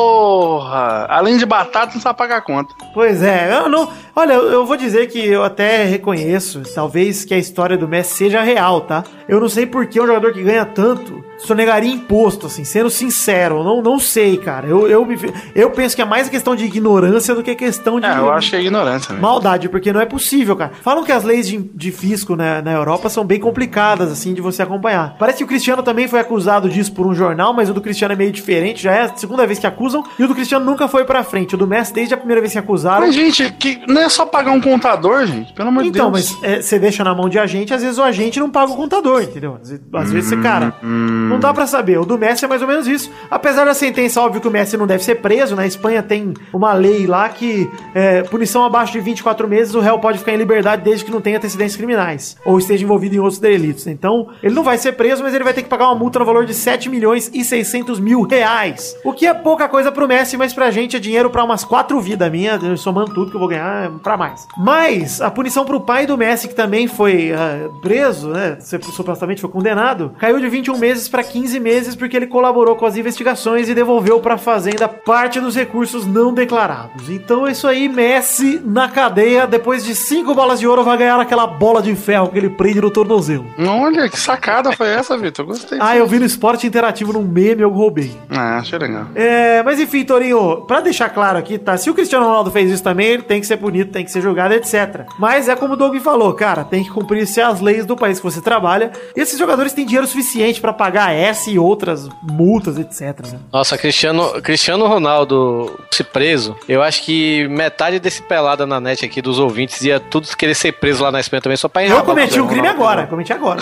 porra! Além de batata, não sabe pagar a conta. Pois é, olha, eu vou dizer que eu até reconheço, talvez que a história do Messi seja real, tá? Eu não sei por que um jogador que ganha tanto sonegaria imposto, assim, sendo sincero, não sei, cara. Eu penso que é mais questão de ignorância do que questão de... eu acho que é ignorância mesmo. Maldade, porque não é possível, cara. Falam que as leis de fisco na Europa são bem complicadas, assim, de você acompanhar. Parece que o Cristiano também foi acusado disso por um jornal, mas o do Cristiano é meio diferente, já é a segunda vez que acusam, e o do Cristiano nunca foi pra frente. O do Messi, desde a primeira vez que acusaram... Mas, gente, que não é só pagar um contador, gente, pelo amor de Deus. Então, mas você deixa na mão de agente, às vezes o agente não paga o contador, entendeu? Às vezes você, cara, não dá pra saber. O do Messi é mais ou menos isso. Apesar da sentença, óbvio que o Messi não deve ser preso. Na Espanha tem uma lei lá que punição abaixo de 24 meses, o réu pode ficar em liberdade desde que não tenha antecedentes criminais ou esteja envolvido em outros delitos. Então, ele não vai ser preso, mas ele vai ter que pagar uma multa no valor de 7.600.000 reais. O que é pouca coisa pro Messi, mas pra gente é dinheiro pra umas 4 vidas minha, somando tudo que eu vou ganhar, pra mais. Mas, a punição pro pai do Messi, que também foi preso, né, supostamente foi condenado, caiu de 21 meses pra 15 meses porque ele colaborou com as investigações e devolveu pra Fazenda parte dos recursos não declarados. Então é isso aí, Messi na cadeia, depois de 5 bolas de ouro vai ganhar aquela bola de ferro que ele prende no tornozelo. Olha, que sacada foi essa, Vitor? Gostei. Eu vi no Esporte Interativo num meme, eu roubei. Achei legal. Mas enfim, Torinho, pra deixar claro aqui, tá? Se o Cristiano Ronaldo fez isso também, ele tem que ser punido, tem que ser julgado, etc. Mas é como o Doug falou, cara, tem que cumprir-se as leis do país que você trabalha. E esses jogadores têm dinheiro suficiente pra pagar essa e outras multas, etc. Né? Nossa, Cristiano Ronaldo se preso, eu acho que metade desse pelada na net aqui dos ouvintes ia tudo querer ser preso lá na Espanha também, só pra enrabar. Eu cometi um crime agora, cometi agora.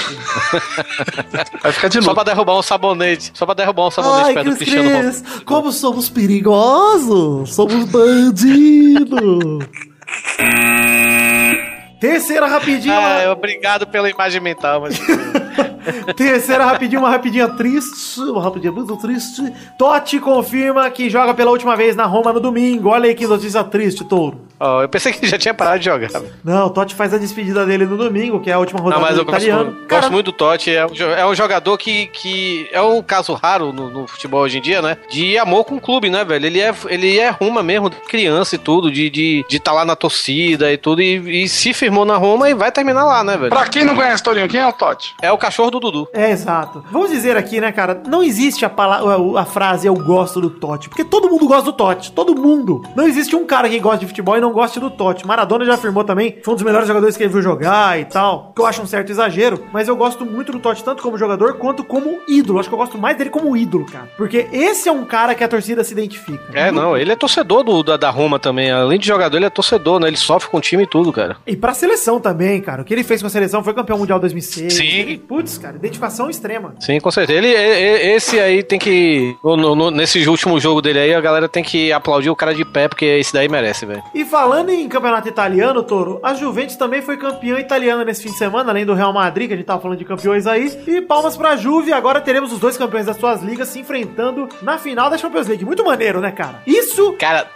Vai ficar de novo. Só pra derrubar um sabonete perto do Cristiano Ronaldo. Como somos perigosos, somos bandidos. Terceira rapidinha. Obrigado pela imagem mental, mas... Terceira rapidinha, uma rapidinha triste. Uma rapidinha muito triste. Totti confirma que joga pela última vez na Roma no domingo. Olha aí que notícia triste, Touro. Oh, eu pensei que já tinha parado de jogar. Não, o Totti faz a despedida dele no domingo, que é a última rodada do italiano. Gosto muito do Totti. É um jogador que é um caso raro no futebol hoje em dia, né? De amor com o clube, né, velho? Ele é Roma mesmo, criança e tudo, de tá lá na torcida e tudo, e se firmou na Roma e vai terminar lá, né, velho? Pra quem não conhece, Torinho, quem é o Totti? É o cachorro do Dudu. É, exato. Vamos dizer aqui, né, cara, não existe a frase eu gosto do Totti, porque todo mundo gosta do Totti, todo mundo. Não existe um cara que gosta de futebol e não gosta do Totti. Maradona já afirmou também, foi um dos melhores jogadores que ele viu jogar e tal, que eu acho um certo exagero, mas eu gosto muito do Totti, tanto como jogador, quanto como ídolo. Acho que eu gosto mais dele como ídolo, cara, porque esse é um cara que a torcida se identifica. Não, ele é torcedor da Roma também, além de jogador, ele é torcedor, né, ele sofre com o time e tudo, cara. E pra seleção também, cara, o que ele fez com a seleção, foi campeão mundial 2006. Sim. Putz, cara, identificação extrema. Sim, com certeza. Esse aí tem que... Nesse último jogo dele aí, a galera tem que aplaudir o cara de pé, porque esse daí merece, velho. E falando em campeonato italiano, Toro, a Juventus também foi campeã italiana nesse fim de semana, além do Real Madrid, que a gente tava falando de campeões aí. E palmas pra Juve, agora teremos os dois campeões das suas ligas se enfrentando na final da Champions League. Muito maneiro, né, cara? Isso... Cara,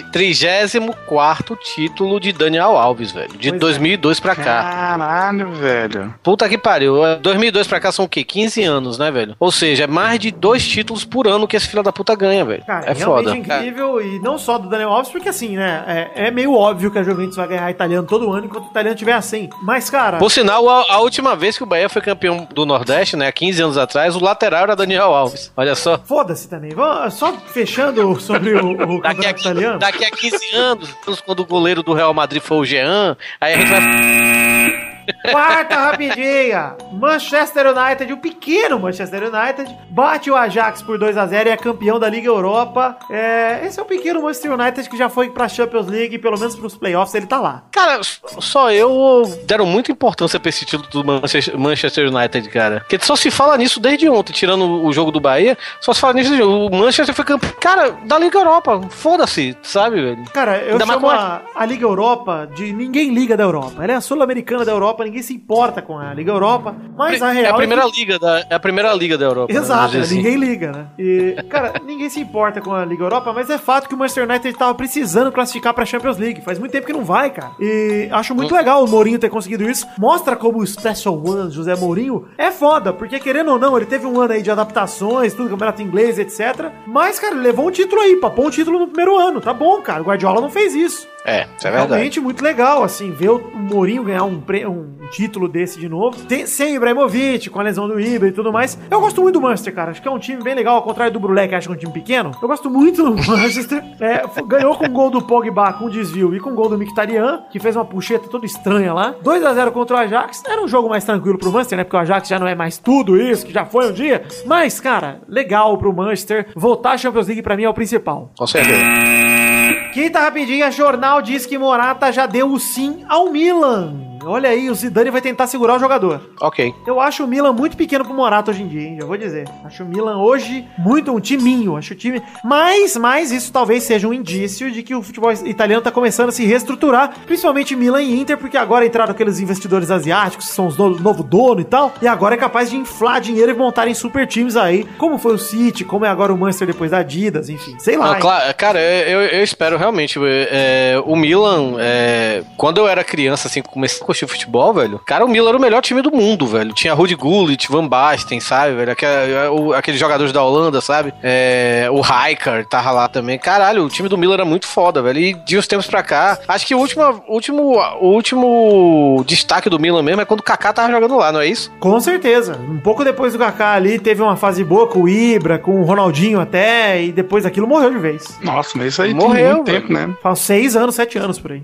34º título de Daniel Alves, velho. De 2002 pra cá. Caralho, velho. Puta que pariu. 2002 pra cá são o quê? 15 anos, né, velho? Ou seja, é mais de 2 títulos por ano que esse filho da puta ganha, velho. Cara, é foda. Incrível, e não só do Daniel Alves, porque assim, né, é meio óbvio que a Juventus vai ganhar italiano todo ano, enquanto o italiano tiver assim. Mas, cara... Por sinal, a última vez que o Bahia foi campeão do Nordeste, né, 15 anos atrás, o lateral era Daniel Alves. Olha só. Foda-se também. Só fechando sobre o campeonato italiano. Daqui a 15 anos, quando o goleiro do Real Madrid for o Jean, aí a gente vai... Quarta rapidinha. Manchester United, o pequeno Manchester United, bate o Ajax por 2-0 e é campeão da Liga Europa. Esse é o pequeno Manchester United que já foi pra Champions League, pelo menos pros playoffs ele tá lá. Cara, só deram muita importância pra esse título do Manchester United, cara. Porque só se fala nisso desde ontem, tirando o jogo do Bahia, só se fala nisso desde ontem. O Manchester foi campeão, cara, da Liga Europa. Foda-se, sabe, velho? Cara, eu chamo a Liga Europa de ninguém liga da Europa. Ela é a Sul-Americana da Europa, ninguém se importa com a Liga Europa, mas a real é a primeira liga da Europa. Exato, né? Assim. Ninguém liga, né? E, cara, ninguém se importa com a Liga Europa, mas é fato que o Manchester United tava precisando classificar pra Champions League. Faz muito tempo que não vai, cara. E acho muito legal o Mourinho ter conseguido isso. Mostra como o Special One, José Mourinho, é foda, porque querendo ou não, ele teve um ano aí de adaptações, tudo, campeonato inglês, etc. Mas, cara, ele levou um título aí, papou um título no primeiro ano. Tá bom, cara. O Guardiola não fez isso. Isso é verdade. Realmente muito legal, assim, ver o Mourinho ganhar um título desse de novo. Sem Ibrahimovic, com a lesão do Ibra e tudo mais. Eu gosto muito do Manchester, cara. Acho que é um time bem legal, ao contrário do Brulé, que acha que é um time pequeno. Eu gosto muito do Manchester. Ganhou com o gol do Pogba, com desvio, e com o gol do Mkhitaryan, que fez uma puxeta toda estranha lá. 2-0 contra o Ajax. Era um jogo mais tranquilo pro Manchester, né? Porque o Ajax já não é mais tudo isso, que já foi um dia. Mas, cara, legal pro Manchester. Voltar à Champions League pra mim é o principal. Com certeza. Quinta rapidinha, jornal diz que Morata já deu o sim ao Milan. Olha aí, o Zidane vai tentar segurar o jogador. Ok. Eu acho o Milan muito pequeno pro Morata hoje em dia, hein? Já vou dizer. Acho o Milan hoje muito um timinho. Acho o time... Mas isso talvez seja um indício de que o futebol italiano tá começando a se reestruturar. Principalmente Milan e Inter, porque agora entraram aqueles investidores asiáticos, que são os novo dono e tal. E agora é capaz de inflar dinheiro e montarem super times aí. Como foi o City, como é agora o Manchester depois da Adidas, enfim. Sei lá. Claro, cara, eu espero realmente. O Milan, quando eu era criança, assim, comecei a curtir futebol, velho. Cara, o Milan era o melhor time do mundo, velho. Tinha Ruud Gullit, Van Basten, sabe, velho? Aqueles jogadores da Holanda, sabe? O Rijkaard tava lá também. Caralho, o time do Milan era muito foda, velho. E de uns tempos pra cá, acho que o último destaque do Milan mesmo é quando o Kaká tava jogando lá, não é isso? Com certeza. Um pouco depois do Kaká ali, teve uma fase boa com o Ibra, com o Ronaldinho até, e depois aquilo morreu de vez. Nossa, mas isso aí morreu, tem muito tempo, né? Faz 6 anos, 7 anos por aí.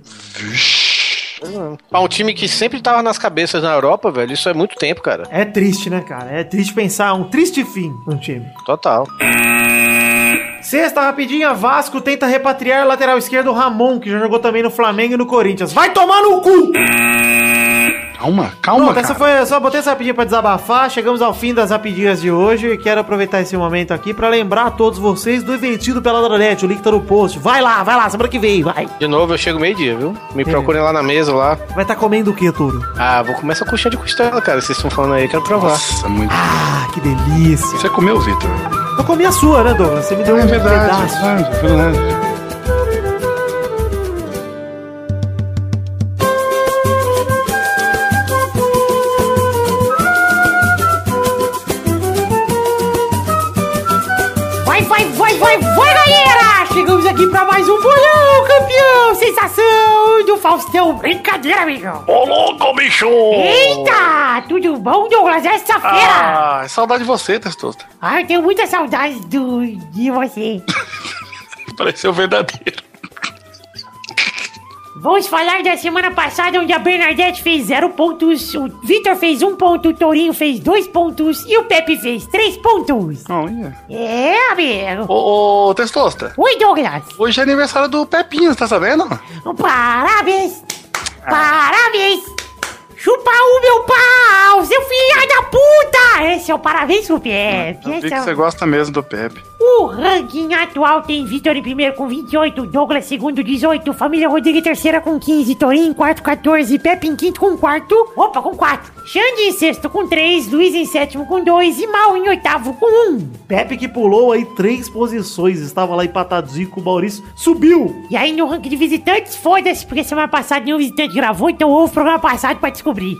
Um time que sempre tava nas cabeças na Europa, velho, isso é muito tempo, cara. É triste, né, cara? É triste pensar um triste fim no time. Total. Sexta rapidinha, Vasco tenta repatriar lateral esquerdo Ramon, que já jogou também no Flamengo e no Corinthians. Vai tomar no cu! Calma, Pronto, cara. essa foi, eu só botei essa rapidinha pra desabafar. Chegamos ao fim das rapidinhas de hoje. Quero aproveitar esse momento aqui pra lembrar a todos vocês do eventinho do Peladronete. O link tá no post. Vai lá, semana que vem, vai. De novo, eu chego meio-dia, viu? Me procurem lá na mesa, lá. Vai estar comendo o que, Touro? Ah, vou comer essa coxinha de costela, cara. Vocês estão falando aí, quero provar. Nossa, muito. Ah, que delícia. Você comeu, Vitor? Eu comi a sua, né, Douglas? Você me deu um pedaço. É verdade. Vai, galera! Chegamos aqui pra mais um bolão, campeão! Sensação do Faustão! Brincadeira, amigão! Ô, louco, bicho! Eita! Tudo bom, Douglas? Essa-feira! Saudade de você, Testosta. Eu tenho muita saudade de você. Pareceu verdadeiro. Vamos falar da semana passada, onde a Bernadette fez 0 pontos, o Vitor fez 1 ponto, o Tourinho fez 2 pontos e o Pepe fez 3 pontos. Olha. É, amigo. Ô, Testosta. Oi, Douglas. Hoje é aniversário do Pepinho, tá sabendo? Parabéns. Parabéns. Chupa o meu pau, seu filho da puta! Esse é o parabéns pro Pepe. Eu vi que você gosta mesmo do Pepe. O ranking atual tem Vitor em primeiro com 28, Douglas segundo 18, Família Rodrigo em terceira com 15, Torinho em quarto 14, Pepe em quinto com quarto, com 4, Xande em sexto com 3, Luiz em sétimo com 2 e Mal em oitavo com 1. Pepe que pulou aí 3 posições, estava lá empatadinho com o Maurício, subiu! E aí no ranking de visitantes, foda-se, porque semana passada nenhum visitante gravou, então houve o programa passado pra descobrir.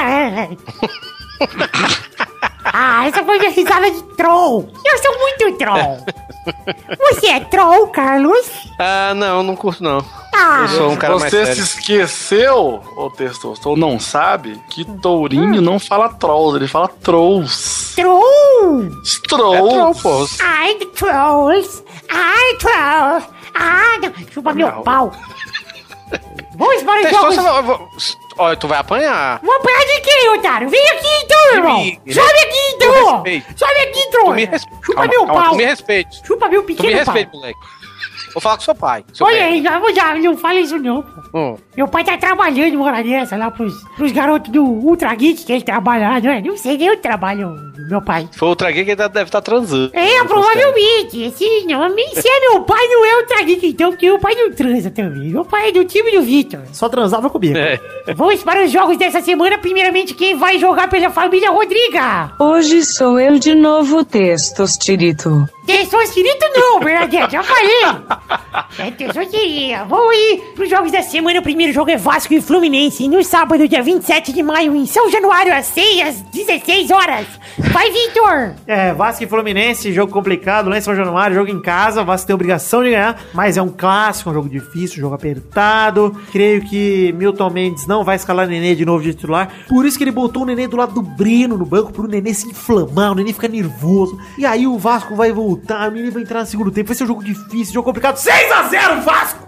Essa foi minha risada de troll. Eu sou muito troll. Você é troll, Carlos? Não curto não. Eu sou um cara mais Você sério. se esqueceu, ô Testosta, ou não sabe, que Tourinho não fala trolls, ele fala trolls. Troll? É troll, pô. Ai, trolls. Ai, trolls. Não. Chupa meu pau. Vamos para os jogos. Olha, tu vai apanhar. Vou apanhar de quem, otário? Vem aqui então, irmão. Sobe aqui então. Sobe aqui, troll. Chupa meu pau. Tu me respeite. Chupa meu Tu me pequeno pau. respeite, moleque. Vou falar com seu pai. Olha aí, não fala isso não, pô. Meu pai tá trabalhando uma hora dessa lá pros garotos do Ultra Geek que ele trabalha lá, não é? Não sei nem onde trabalha o meu pai. Se for Ultra Geek, ele deve estar transando. Provavelmente. Se é meu pai, não é Ultra Geek então, porque meu pai não transa também. Meu pai é do time do Vitor. Só transava comigo. Vamos para os jogos dessa semana. Primeiramente, quem vai jogar pela família Rodriga? Hoje sou eu de novo, Testostirito. Testostirito não, Bernadette, já falei. É Testosterinha. Vamos ir pros jogos da semana. O primeiro jogo é Vasco e Fluminense. No sábado, dia 27 de maio, em São Januário, às 16 horas. Vai, Vitor! Vasco e Fluminense, jogo complicado, lá em São Januário, jogo em casa, o Vasco tem obrigação de ganhar, mas é um clássico, um jogo difícil, um jogo apertado. Creio que Milton Mendes não vai escalar o Nenê de novo de titular, por isso que ele botou o Nenê do lado do Breno no banco, pro Nenê se inflamar, o Nenê fica nervoso, e aí o Vasco vai voltar, o Nenê vai entrar no segundo tempo, vai ser um jogo difícil, jogo complicado, 6-0 Vasco!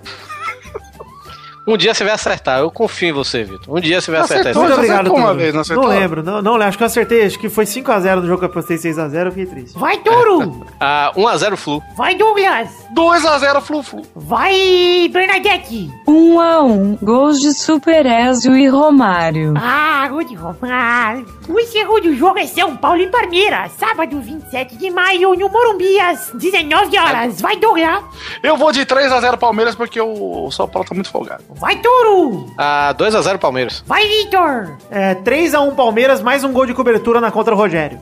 Um dia você vai acertar, eu confio em você, Vitor. Um dia você vai acertar isso. Muito obrigado, uma Touro. vez, não acertou? Não lembro, não lembro, acho que eu acertei, acho que foi 5-0 no jogo que eu apostei 6-0, eu fiquei triste. Vai, Touro! 1-0 Flu. Vai, Douglas! 2-0 Flu-Flu. Vai, Bernadette! 1-1, gols de Super Ézio e Romário. Gol de Romário. O segundo jogo é São Paulo e Palmeiras, sábado 27 de maio, no Morumbi, às 19 horas. Vai, Douglas! Eu vou de 3-0 Palmeiras porque o São Paulo tá muito folgado. Vai, Touro! 2-0 Palmeiras. Vai, Vitor! 3-1 Palmeiras, mais um gol de cobertura na contra o Rogério.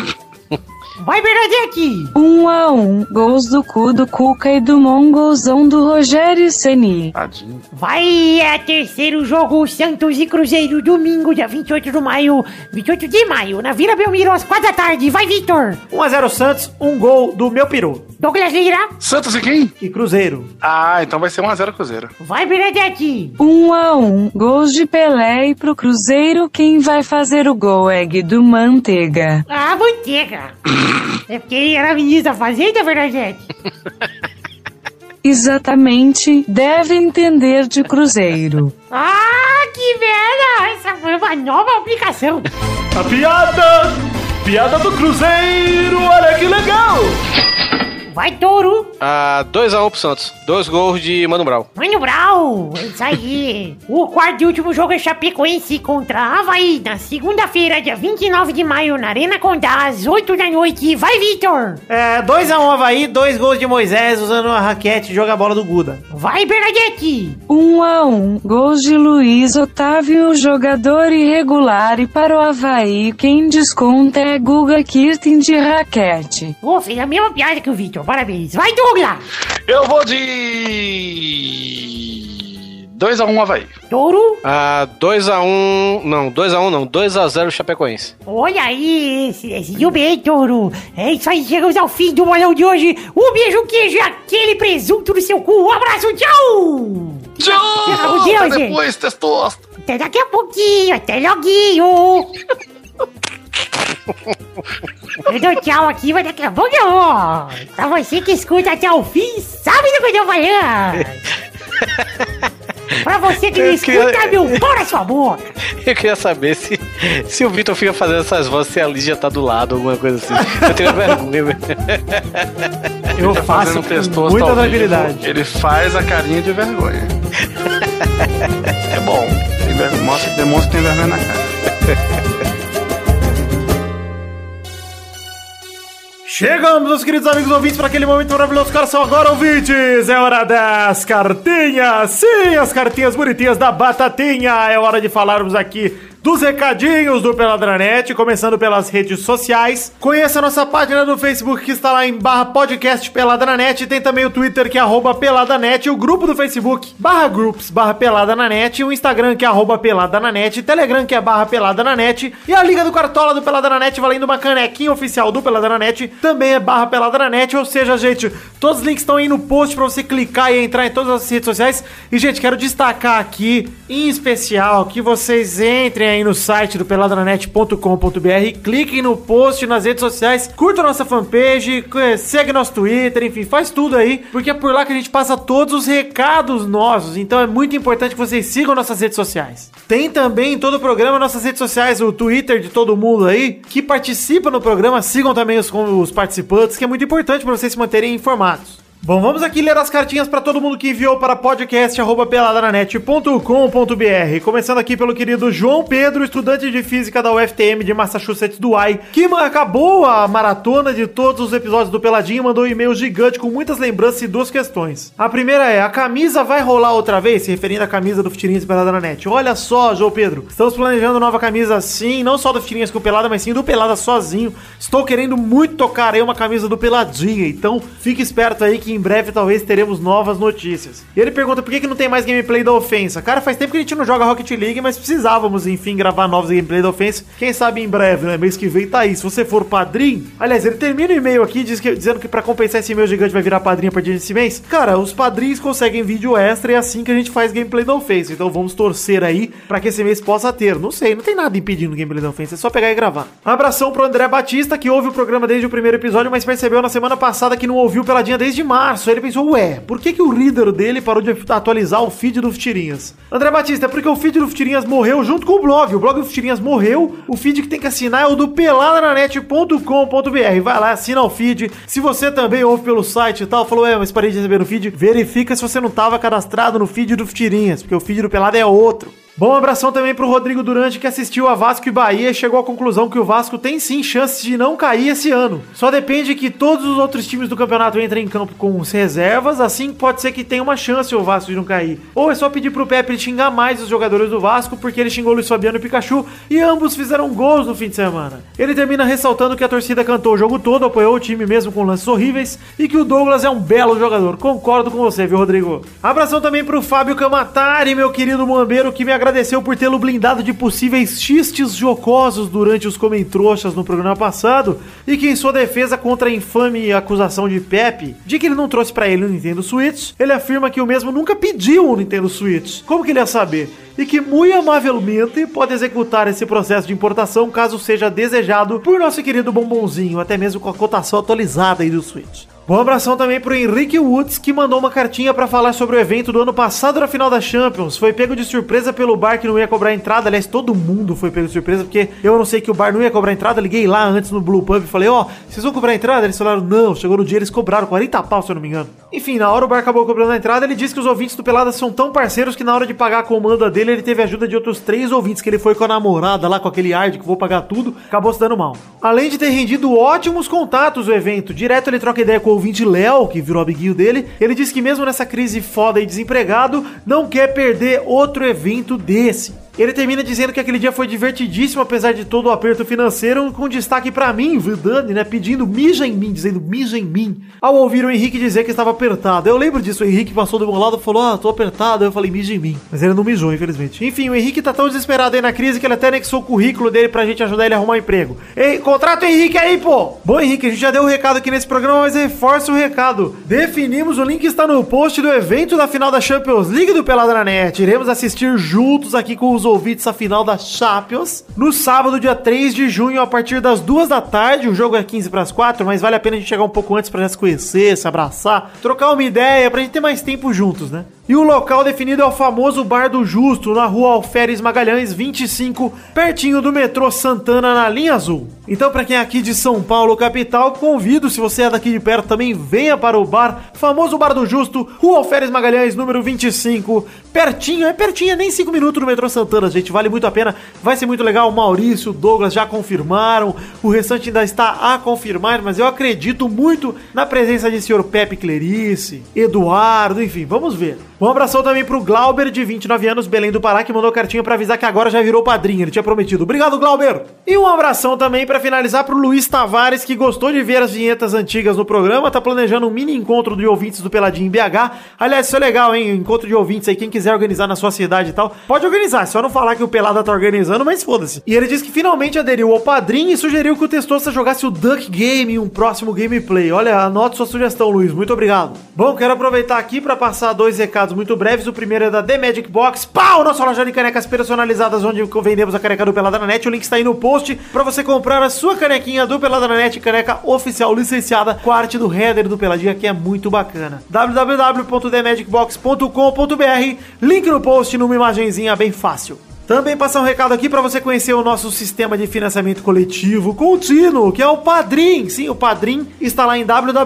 Vai, Bernadette! 1-1, gols do cu do Cuca e do Mongolzão do Rogério Ceni. Tadinho. Vai, terceiro jogo, Santos e Cruzeiro, domingo, dia 28 de maio, na Vila Belmiro, às 4 da tarde. Vai, Vitor! 1-0 Santos, um gol do meu peru. Douglas Lira. Santos e quem? E Cruzeiro. Então vai ser 1-0 Cruzeiro. Vai, Bernadette! 1-1, gols de Pelé e pro Cruzeiro, quem vai fazer o gol é Guido Manteiga. Manteiga! É porque ele era ministro da Fazenda, Bernadette? Exatamente, deve entender de Cruzeiro. Que merda! Essa foi uma nova aplicação. A piada do Cruzeiro, olha que legal! Vai, Touro. 2x1 pro Santos. 2 gols de Mano Brown. Mano Brown, é isso aí. O quarto e último jogo é Chapecoense contra Avaí, na segunda-feira, dia 29 de maio, na Arena Condá, às 8 da noite. Vai, Vitor. 2x1 Avaí, 2 gols de Moisés usando a raquete e joga a bola do Guda. Vai, Bernadette. 1-1, gols de Luiz Otávio, jogador irregular, e para o Avaí, quem desconta é Guga Kirten de raquete. Ô, fez a mesma piada que o Vitor, parabéns. Vai, Douglas. Eu vou de 2x1 Avaí. Touro. 2x1 não, 2x0 Chapecoense. Olha aí, decidiu bem, Touro. É isso aí, chegamos ao fim do bolão de hoje. Um beijo, queijo e aquele presunto no seu cu. Um abraço, tchau. Tchau, Deus, até depois, testosta. Até daqui a pouquinho, até loguinho. Eu dou tchau aqui, mas daqui a pouco eu vou. Pra você que escuta até o fim, sabe do que eu tô falando. Pra você que não escuta, meu pau na sua boca. Eu queria saber se o Vitor fica fazendo essas vozes, se a Lígia tá do lado, alguma coisa assim. Eu tenho vergonha. Eu faço com muita tranquilidade. Ele faz a carinha de vergonha. É bom. Demonstra que tem vergonha na cara. Chegamos, meus queridos amigos ouvintes, para aquele momento maravilhoso. Cara, são agora ouvintes. É hora das cartinhas. Sim, as cartinhas bonitinhas da Batatinha. É hora de falarmos aqui dos recadinhos do Peladranet, começando pelas redes sociais. Conheça a nossa página do Facebook, que está lá em /podcast Peladranet. Tem também o Twitter, que é @peladanet, o grupo do Facebook /groups /peladananet, o Instagram, que é @peladananet, Telegram, que é /peladananet, e a Liga do Cartola do Peladranet, valendo uma canequinha oficial do Peladranet, também é /peladananet. Ou seja, gente, todos os links estão aí no post para você clicar e entrar em todas as redes sociais. E, gente, quero destacar aqui, em especial, que vocês entrem aí no site do peladranet.com.br, cliquem no post nas redes sociais, curtam nossa fanpage, segue nosso Twitter, enfim, faz tudo aí, porque é por lá que a gente passa todos os recados nossos. Então é muito importante que vocês sigam nossas redes sociais. Tem também em todo o programa nossas redes sociais, o Twitter de todo mundo aí que participa no programa. Sigam também os participantes, que é muito importante para vocês se manterem informados. Bom, vamos aqui ler as cartinhas para todo mundo que enviou para podcast@peladranet.com.br. Começando aqui pelo querido João Pedro, estudante de física da UFTM de Massachusetts do AI, que acabou a maratona de todos os episódios do Peladinho e mandou um e-mail gigante com muitas lembranças e 2 questões. A primeira é: a camisa vai rolar outra vez? Se referindo à camisa do Futirinhas e Peladranet. Olha só, João Pedro, estamos planejando nova camisa sim, não só do Futirinhas com o Pelada, mas sim do Pelada sozinho. Estou querendo muito tocar aí uma camisa do Peladinha, então fique esperto aí que em breve talvez teremos novas notícias. E ele pergunta por que não tem mais gameplay da ofensa. Cara, faz tempo que a gente não joga Rocket League, mas precisávamos, enfim, gravar novos gameplay da ofensa. Quem sabe em breve, né? Mês que vem tá aí. Se você for padrinho... Aliás, ele termina o e-mail aqui dizendo que pra compensar esse e-mail gigante vai virar padrinho a partir desse mês. Cara, os padrinhos conseguem vídeo extra e é assim que a gente faz gameplay da ofensa. Então vamos torcer aí pra que esse mês possa ter. Não sei, não tem nada impedindo o gameplay da ofensa. É só pegar e gravar. Um abração pro André Batista, que ouve o programa desde o primeiro episódio, mas percebeu na semana passada que não ouviu Peladinha desde março. Ele pensou, ué, por que o reader dele parou de atualizar o feed do Futirinhas? André Batista, é porque o feed do Futirinhas morreu junto com o blog do Futirinhas morreu, o feed que tem que assinar é o do peladranet.com.br. Vai lá, assina o feed. Se você também ouve pelo site e tal, falou, mas parei de receber no feed, verifica se você não estava cadastrado no feed do Futirinhas, porque o feed do Pelada é outro. Bom, um abração também pro Rodrigo Durante, que assistiu a Vasco e Bahia e chegou à conclusão que o Vasco tem sim chances de não cair esse ano. Só depende que todos os outros times do campeonato entrem em campo com reservas, assim pode ser que tenha uma chance o Vasco de não cair. Ou é só pedir pro Pepe xingar mais os jogadores do Vasco, porque ele xingou o Luiz Fabiano e Pikachu e ambos fizeram gols no fim de semana. Ele termina ressaltando que a torcida cantou o jogo todo, apoiou o time mesmo com lances horríveis e que o Douglas é um belo jogador. Concordo com você, viu, Rodrigo? Abração também pro Fábio Camatari, meu querido muambeiro, que me agradeceu por tê-lo blindado de possíveis xistes jocosos durante os comentroxas no programa passado e que, em sua defesa contra a infame acusação de Pepe de que ele não trouxe pra ele o Nintendo Switch, ele afirma que o mesmo nunca pediu o Nintendo Switch. Como que ele ia saber? E que muito amavelmente pode executar esse processo de importação caso seja desejado por nosso querido bombonzinho, até mesmo com a cotação atualizada aí do Switch. Um abração também pro Henrique Woods, que mandou uma cartinha pra falar sobre o evento do ano passado na final da Champions. Foi pego de surpresa pelo bar que não ia cobrar entrada. Aliás, todo mundo foi pego de surpresa, porque eu não sei que o bar não ia cobrar entrada. Liguei lá antes no Blue Pub e falei, vocês vão cobrar entrada? Eles falaram, não. Chegou no dia, eles cobraram 40 pau, se eu não me engano. Enfim, na hora o bar acabou cobrando a entrada. Ele disse que os ouvintes do Pelada são tão parceiros que na hora de pagar a comanda dele, ele teve ajuda de outros 3 ouvintes, que ele foi com a namorada lá, com aquele ar de que vou pagar tudo. Acabou se dando mal. Além de ter rendido ótimos contatos o evento. Direto ele troca ideia com o ouvinte Léo, que virou amiguinho dele. Ele disse que mesmo nessa crise foda e desempregado, não quer perder outro evento desse. Ele termina dizendo que aquele dia foi divertidíssimo, apesar de todo o aperto financeiro, com destaque pra mim, Vidani, né, pedindo mija em mim, dizendo mija em mim, ao ouvir o Henrique dizer que estava apertado. Eu lembro disso, o Henrique passou do meu lado e falou, tô apertado, eu falei mija em mim, mas ele não mijou, infelizmente. Enfim, o Henrique tá tão desesperado aí na crise que ele até anexou o currículo dele pra gente ajudar ele a arrumar um emprego. Ei, contrata o Henrique aí, pô! Bom, Henrique, a gente já deu o recado aqui nesse programa, mas reforça o recado. Definimos, o link está no post do evento da final da Champions League do Pelada na Net. Iremos assistir juntos aqui com os ouvintes a final da Champions no sábado, dia 3 de junho, a partir das 2 da tarde. O jogo é 15 para as 4, mas vale a pena a gente chegar um pouco antes pra já se conhecer, se abraçar, trocar uma ideia, pra gente ter mais tempo juntos, né? E o local definido é o famoso Bar do Justo, na rua Alferes Magalhães 25, pertinho do metrô Santana, na linha azul. Então, pra quem é aqui de São Paulo, capital, convido, se você é daqui de perto também, venha para o bar, famoso Bar do Justo, rua Alferes Magalhães, número 25, pertinho, nem 5 minutos do metrô Santana, gente, vale muito a pena, vai ser muito legal. O Maurício, o Douglas já confirmaram, o restante ainda está a confirmar, mas eu acredito muito na presença de senhor Pepe Clerice, Eduardo, enfim, vamos ver. Um abração também pro Glauber, de 29 anos, Belém do Pará, que mandou cartinha pra avisar que agora já virou padrinho, ele tinha prometido. Obrigado, Glauber! E um abração também pra finalizar pro Luiz Tavares, que gostou de ver as vinhetas antigas no programa, tá planejando um mini encontro de ouvintes do Peladinho em BH. Aliás, isso é legal, hein? Encontro de ouvintes aí, quem quiser organizar na sua cidade e tal, pode organizar, só não falar que o Pelada tá organizando, mas foda-se. E ele disse que finalmente aderiu ao padrinho e sugeriu que o Testosta jogasse o Duck Game em um próximo gameplay. Olha, anote sua sugestão, Luiz, muito obrigado. Bom, quero aproveitar aqui pra passar 2 recados muito breves. O primeiro é da The Magic Box, nossa loja de canecas personalizadas, onde vendemos a caneca do Pelada na Net. O link está aí no post pra você comprar a sua canequinha do Pelada na Net, caneca oficial licenciada com a arte do header do Peladinha, que é muito bacana. www.themagicbox.com.br, link no post, numa imagenzinha bem fácil. Também passar um recado aqui para você conhecer o nosso sistema de financiamento coletivo contínuo, que é o Padrim. Sim, o Padrim está lá em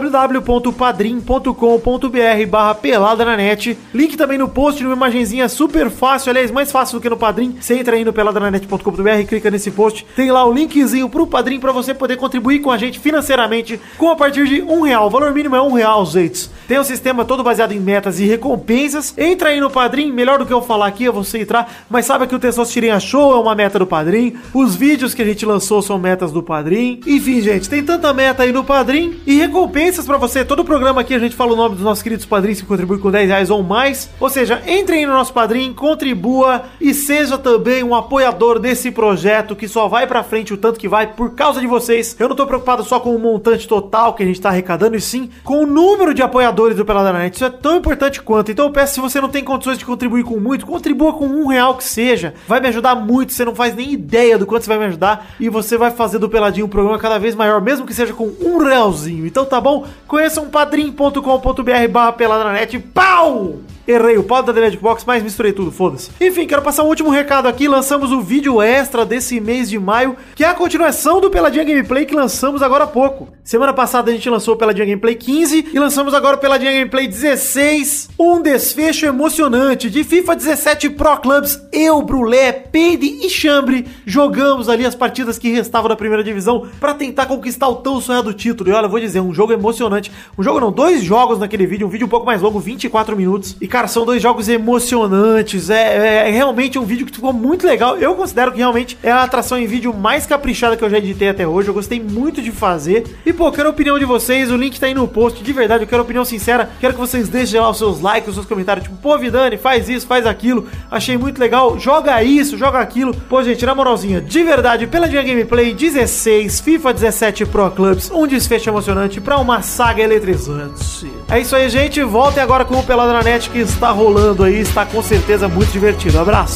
www.padrim.com.br/pelada na net. Link também no post, numa imagenzinha super fácil, aliás, mais fácil do que no Padrim. Você entra aí no peladananet.com.br, clica nesse post, tem lá o linkzinho pro Padrim para você poder contribuir com a gente financeiramente com a partir de R$1. O valor mínimo é R$1, gente. Tem um sistema todo baseado em metas e recompensas. Entra aí no Padrim, melhor do que eu falar aqui, é você entrar, mas sabe que o Tirinha Show é uma meta do Padrim, os vídeos que a gente lançou são metas do Padrim, enfim, gente, tem tanta meta aí no Padrim e recompensas pra você. Todo programa aqui a gente fala o nome dos nossos queridos padrinhos que contribuem com R$10 ou mais, ou seja, entre aí no nosso Padrim, contribua e seja também um apoiador desse projeto que só vai pra frente o tanto que vai por causa de vocês. Eu não tô preocupado só com o montante total que a gente tá arrecadando, e sim com o número de apoiadores do Pelada na Net. Isso é tão importante quanto. Então eu peço, se você não tem condições de contribuir com muito, contribua com R$1 que seja. Vai me ajudar muito, você não faz nem ideia do quanto você vai me ajudar, e você vai fazer do Peladinho um programa cada vez maior, mesmo que seja com R$1. Então tá bom? Conheçam padrim.com.br/pelada na net. Pau! Errei o pau da The Magic Box, mas misturei tudo, foda-se. Enfim, quero passar um último recado aqui. Lançamos o vídeo extra desse mês de maio, que é a continuação do Peladinha Gameplay que lançamos agora há pouco. Semana passada a gente lançou o Peladinha Gameplay 15 e lançamos agora o Peladinha Gameplay 16. Um desfecho emocionante de FIFA 17 Pro Clubs. Eu, Brulé, Peide e Chambre jogamos ali as partidas que restavam da primeira divisão pra tentar conquistar o tão sonhado título. E olha, eu vou dizer, um jogo emocionante. Um jogo não, 2 jogos naquele vídeo, um vídeo um pouco mais longo, 24 minutos. E cara, são 2 jogos emocionantes, é realmente um vídeo que ficou muito legal. Eu considero que realmente é a atração em vídeo mais caprichada que eu já editei até hoje. Eu gostei muito de fazer. E pô, quero a opinião de vocês, o link tá aí no post, de verdade, eu quero a opinião sincera. Quero que vocês deixem lá os seus likes, os seus comentários, tipo, pô, Vidani, faz isso, faz aquilo, achei muito legal, joga isso, joga aquilo. Pô, gente, na moralzinha, de verdade, Peladinha Gameplay 16, FIFA 17 Pro Clubs, um desfecho emocionante pra uma saga eletrizante. É isso aí, gente, voltem agora com o Pelada na Net, que está rolando aí, está com certeza muito divertido. Abraço!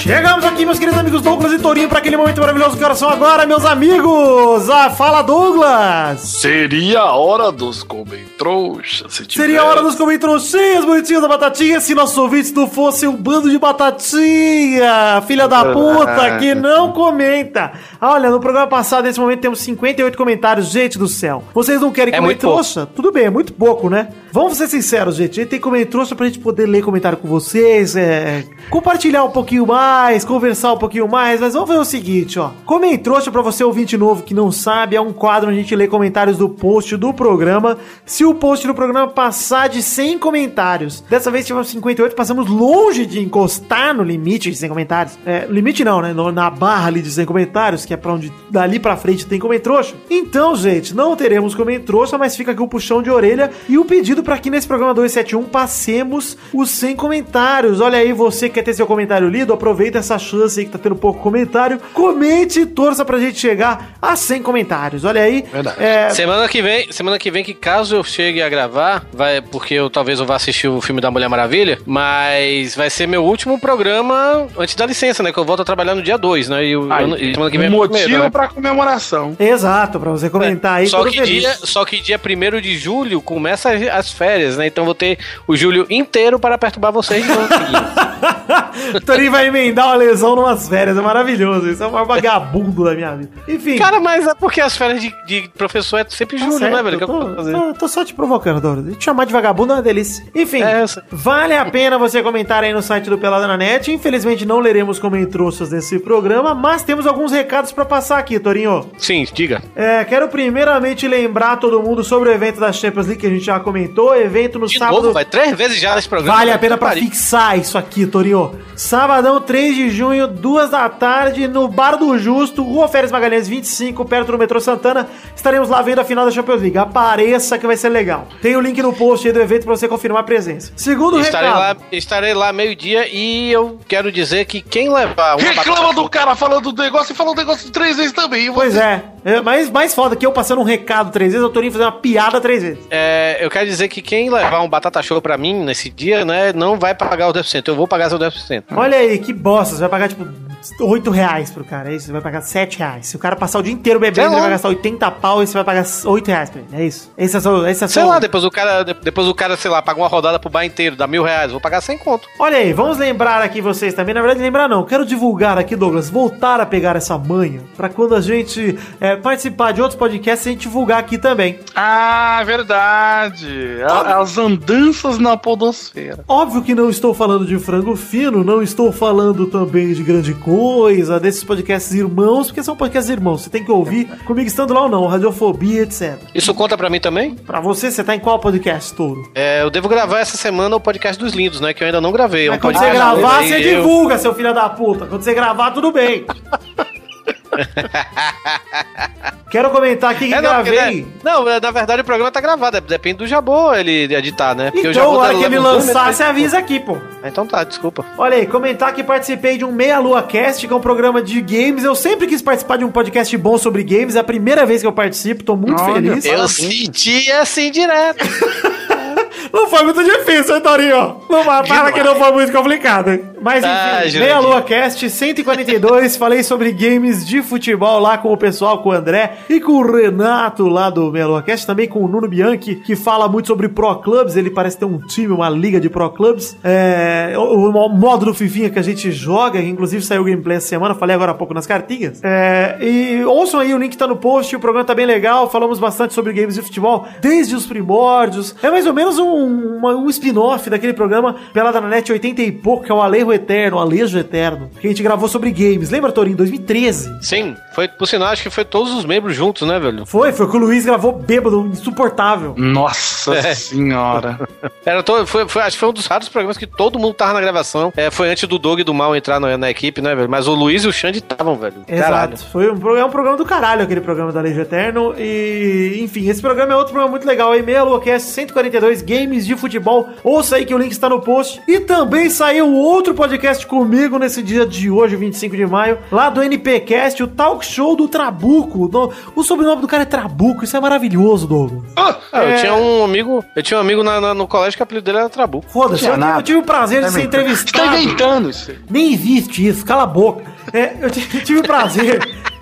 Chegamos aqui, meus queridos amigos Douglas e Torinho, para aquele momento maravilhoso que horas são agora, meus amigos. Fala, Douglas. Seria a hora dos comentrouxas. Seria a hora dos comentrouxinhas, bonitinhos da batatinha, se nossos ouvintes não fossem um bando de batatinha, filha da puta, que não comenta. Olha, no programa passado, nesse momento, temos 58 comentários. Gente do céu, vocês não querem comentrouxa? Tudo bem, é muito pouco, né? Vamos ser sinceros, gente. A gente tem comentrouxa pra gente poder ler comentário com vocês, compartilhar um pouquinho mais, conversar um pouquinho mais, mas vamos ver o seguinte, ó. Comentrouxa, pra você ouvinte novo que não sabe, é um quadro onde a gente lê comentários do post do programa. Se o post do programa passar de 100 comentários, dessa vez tivemos 58, passamos longe de encostar no limite de 100 comentários. Limite não, né? Na barra ali de 100 comentários, que é pra onde dali pra frente tem comentrouxa. Então, gente, não teremos comentrouxa, mas fica aqui o puxão de orelha e o pedido pra que nesse programa 271 passemos os 100 comentários. Olha aí, você que quer ter seu comentário lido, aproveita essa chance aí que tá tendo pouco comentário, comente e torça pra gente chegar a 100 comentários. Olha aí. Verdade. Semana que vem, que caso eu chegue a gravar, porque talvez eu vá assistir o filme da Mulher Maravilha, mas vai ser meu último programa antes da licença, né? Que eu volto a traballar no dia 2, né? E semana que vem motivo primeiro, né? Pra comemoração. Exato, pra você comentar aí. Só que dia 1º de julho começa as férias, né? Então vou ter o julho inteiro para perturbar vocês de novo. O Torinho vai emendar uma lesão numas férias, é maravilhoso. Isso é o maior vagabundo da minha vida. Enfim. Cara, mas é porque as férias de professor é sempre julho, né, velho? Tô só te provocando, Douglas. Te chamar de vagabundo é uma delícia. Enfim, vale a pena você comentar aí no site do Pelada na Net. Infelizmente não leremos comentrouxas nesse programa, mas temos alguns recados pra passar aqui, Torinho. Sim, diga. Quero primeiramente lembrar todo mundo sobre o evento da Champions League que a gente já comentou. Evento no sábado. Novo, vai 3 vezes já nesse programa. Vale a pena pra fixar isso aqui, Torinho. Sabadão, 3 de junho, 2 da tarde, no Bar do Justo, Rua Férez Magalhães 25, perto do metrô Santana. Estaremos lá vendo a final da Champions League. Apareça que vai ser legal. Tem o link no post aí do evento pra você confirmar a presença. Segundo recado. Estarei lá meio-dia e eu quero dizer que quem levar uma reclama do cara falando do negócio e falou o negócio 3 vezes também. Pois é. Mas mais foda que eu passando um recado 3 vezes, eu tô indo fazer uma piada 3 vezes. Eu quero dizer que quem levar um batata show pra mim nesse dia, né, não vai pagar os 10%. Eu vou pagar seu 10%. Olha aí, que bosta. Você vai pagar, tipo, R$8 pro cara, é isso? Você vai pagar R$7. Se o cara passar o dia inteiro bebendo, ele vai gastar 80 pau e você vai pagar R$8 pra ele. É isso. Sei lá, depois o cara, sei lá, paga uma rodada pro bar inteiro, dá R$1.000. Vou pagar 100 conto. Olha aí, vamos lembrar aqui vocês também. Na verdade, lembrar não. Quero divulgar aqui, Douglas, voltar a pegar essa manha pra quando a gente participar de outros podcasts, a gente divulgar aqui também. Ah, verdade. As andanças na podosfera. Óbvio que não estou falando de frango fino, não estou falando também de grande coisa, desses podcasts irmãos, porque são podcasts irmãos. Você tem que ouvir comigo estando lá ou não, Radiofobia, etc. Isso conta pra mim também? Pra você tá em qual podcast, Touro? Eu devo gravar essa semana o podcast dos lindos, né? Que eu ainda não gravei. Mas quando você gravar, você divulga, seu filho da puta. Quando você gravar, tudo bem. Quero comentar aqui que gravei. Não, na verdade o programa tá gravado. Depende do Jabô ele editar, né? Porque então, a hora que ele lançar, você avisa aqui, pô. Então tá, desculpa. Olha aí, comentar que participei de um Meia Lua Cast, que é um programa de games. Eu sempre quis participar de um podcast bom sobre games. É a primeira vez que eu participo, tô muito feliz. Eu senti assim direto. Não foi muito difícil, hein, Torinho? Não fala que não foi muito complicado. Mas enfim, Meia Lua Cast 142, falei sobre games de futebol lá com o pessoal, com o André e com o Renato lá do Meia Lua Cast, também com o Nuno Bianchi, que fala muito sobre Pro Clubs, ele parece ter um time, uma liga de Pro Clubs. O modo do Fifinha que a gente joga, inclusive saiu o gameplay essa semana, falei agora há pouco nas cartinhas. E ouçam aí, o link tá no post, o programa tá bem legal, falamos bastante sobre games de futebol, desde os primórdios. É mais ou menos um spin-off daquele programa Pelada na Net 80 e pouco, que é o Alejo Eterno, que a gente gravou sobre games. Lembra, Torinho? 2013. Sim, por sinal, acho que foi todos os membros juntos, né, velho? Foi que o Luiz gravou bêbado, insuportável. Nossa senhora. Acho que foi um dos raros programas que todo mundo tava na gravação. Foi antes do Doug e do Mal entrar na equipe, né, velho? Mas o Luiz e o Xande estavam, velho. Exato. Foi um programa do caralho, aquele programa da Alejo Eterno. E, enfim, esse programa é outro programa muito legal aí, Meia Lua Cast 142, games de futebol. Ouça aí que o link está no post. E também saiu outro podcast comigo nesse dia de hoje, 25 de maio, lá do NPcast, o talk show do Trabuco. O sobrenome do cara é Trabuco, isso é maravilhoso, Douglas. Eu tinha um amigo no colégio que o apelido dele era Trabuco. Foda-se, eu tive o prazer de ser entrevistado. Tá inventando isso. Nem existe isso, cala a boca. Eu tive o prazer.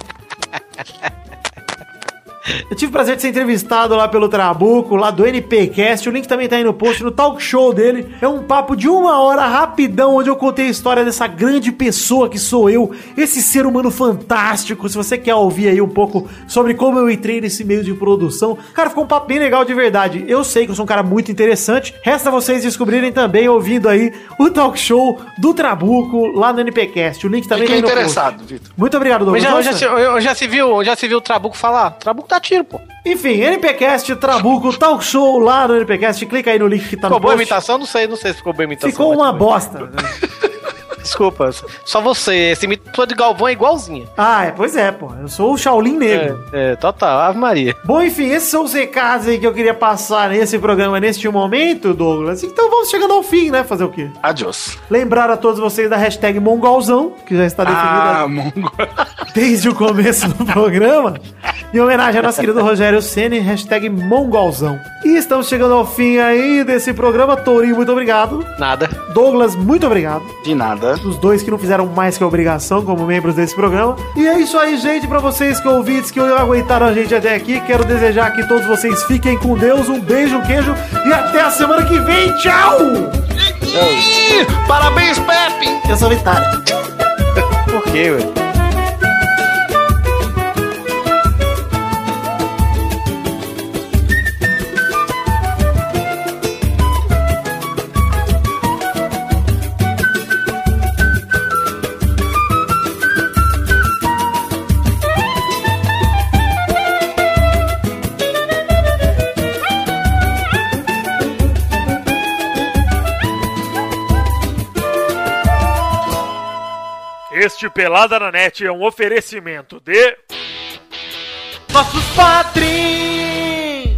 Eu tive o prazer de ser entrevistado lá pelo Trabuco, lá do NPcast. O link também tá aí no post, no talk show dele. É um papo de 1 hora, rapidão, onde eu contei a história dessa grande pessoa que sou eu, esse ser humano fantástico. Se você quer ouvir aí um pouco sobre como eu entrei nesse meio de produção, cara, ficou um papo bem legal de verdade. Eu sei que eu sou um cara muito interessante. Resta vocês descobrirem também, ouvindo aí o talk show do Trabuco lá no NPcast. O link também tá aí no interessado, post. Vitor. Muito obrigado, Douglas. Mas já se viu o Trabuco falar? Trabuco tá tiro, pô. Enfim, NPcast, Trabuco, talk show lá no NPcast. Clica aí no link que tá no post. Ficou boa a imitação? Não sei se ficou boa a imitação. Ficou uma bosta. Desculpa, só você. Esse imitação de Galvão é igualzinha. Pois é, pô. Eu sou o Shaolin Negro. Total. Ave Maria. Bom, enfim, esses são os recados aí que eu queria passar nesse programa, neste momento, Douglas. Então vamos chegando ao fim, né? Fazer o quê? Adiós. Lembrar a todos vocês da hashtag Mongolzão, que já está definida desde o começo do programa. Em homenagem ao nosso querido Rogério Ceni, hashtag Mongolzão. E estamos chegando ao fim aí desse programa. Tourinho, muito obrigado. Nada. Douglas, muito obrigado. De nada. Os dois que não fizeram mais que a obrigação como membros desse programa. E é isso aí, gente, pra vocês que ouvintes que aguentaram a gente até aqui. Quero desejar que todos vocês fiquem com Deus. Um beijo, um queijo e até a semana que vem. Tchau! Parabéns, Pepe! Eu sou Vitário. Por quê, velho? Este Pelada na Net é um oferecimento de... Nossos padrinhos!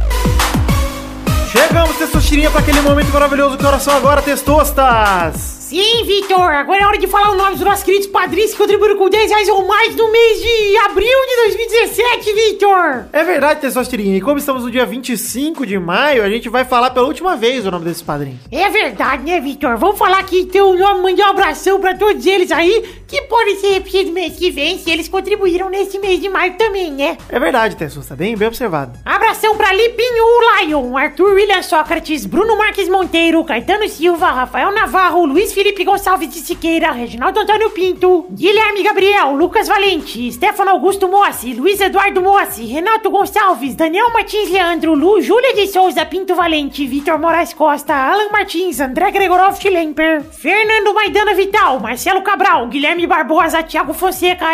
Chegamos, Testosterinha, para aquele momento maravilhoso. Que horas são agora, Testostas? Sim, Vitor, agora é hora de falar o nome dos nossos queridos padrinhos que contribuíram com 10 reais ou mais no mês de abril de 2017, Vitor. É verdade, Testosterinha, e como estamos no dia 25 de maio, a gente vai falar pela última vez o nome desses padrinhos. É verdade, né, Vitor? Vamos falar aqui, ter o nome, mandar um abração pra todos eles aí, que podem ser repetidos mês que vem, se eles contribuíram nesse mês de maio também, né? É verdade, Testosta, bem observado. Abração pra Lipinho Lion, Arthur William Sócrates, Bruno Marques Monteiro, Caetano Silva, Rafael Navarro, Luiz Felipe Gonçalves de Siqueira, Reginaldo Antônio Pinto, Guilherme Gabriel, Lucas Valente, Stefano Augusto Mossi, Luiz Eduardo Mossi, Renato Gonçalves, Daniel Martins Leandro, Lu, Júlia de Souza Pinto Valente, Vitor Moraes Costa, Alan Martins, André Gregorov Schlemper, Fernando Maidana Vital, Marcelo Cabral, Guilherme Barbosa, Thiago Fonseca,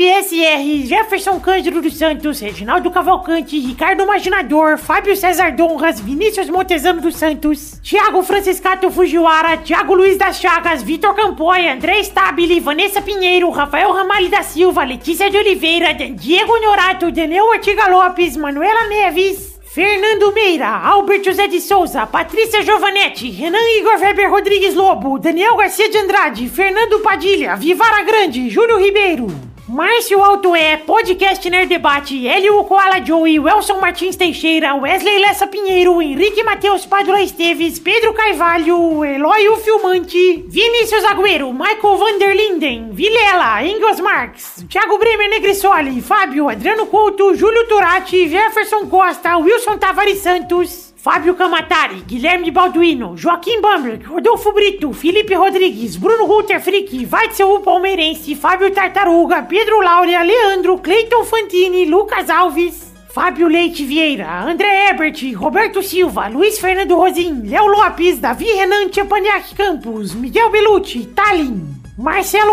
LPSR, Jefferson Cândido dos Santos, Reginaldo Cavalcante, Ricardo Imaginador, Fábio César Donras, Vinícius Montezano dos Santos, Thiago Franciscato Fujiwara, Thiago Luiz das Chagas, Vitor Campoy, André Stabile, Vanessa Pinheiro, Rafael Ramalho da Silva, Letícia de Oliveira, Diego Norato, Daniel Ortiga Lopes, Manuela Neves, Fernando Meira, Albert José de Souza, Patrícia Giovanetti, Renan Igor Weber Rodrigues Lobo, Daniel Garcia de Andrade, Fernando Padilha, Vivara Grande, Júlio Ribeiro, Márcio Altoé, Podcast Nerd Debate, Hélio Koala Joey, Welson Martins Teixeira, Wesley Lessa Pinheiro, Henrique Matheus Padula Esteves, Pedro Carvalho, Eloy o Filmante, Vinícius Agüero, Michael Vanderlinden, Vilela, Engels Marx, Thiago Bremer Negrissoli, Fábio, Adriano Couto, Júlio Turati, Jefferson Costa, Wilson Tavares Santos, Fábio Camatari, Guilherme Balduino, Joaquim Bamberg, Rodolfo Brito, Felipe Rodrigues, Bruno Guter Frick, Weitzel Palmeirense, Fábio Tartaruga, Pedro Laura, Leandro, Cleiton Fantini, Lucas Alves, Fábio Leite Vieira, André Ebert, Roberto Silva, Luiz Fernando Rosim, Léo Lopes, Davi Renan Tchapaniak Campos, Miguel Belucci, Tallin, Marcelo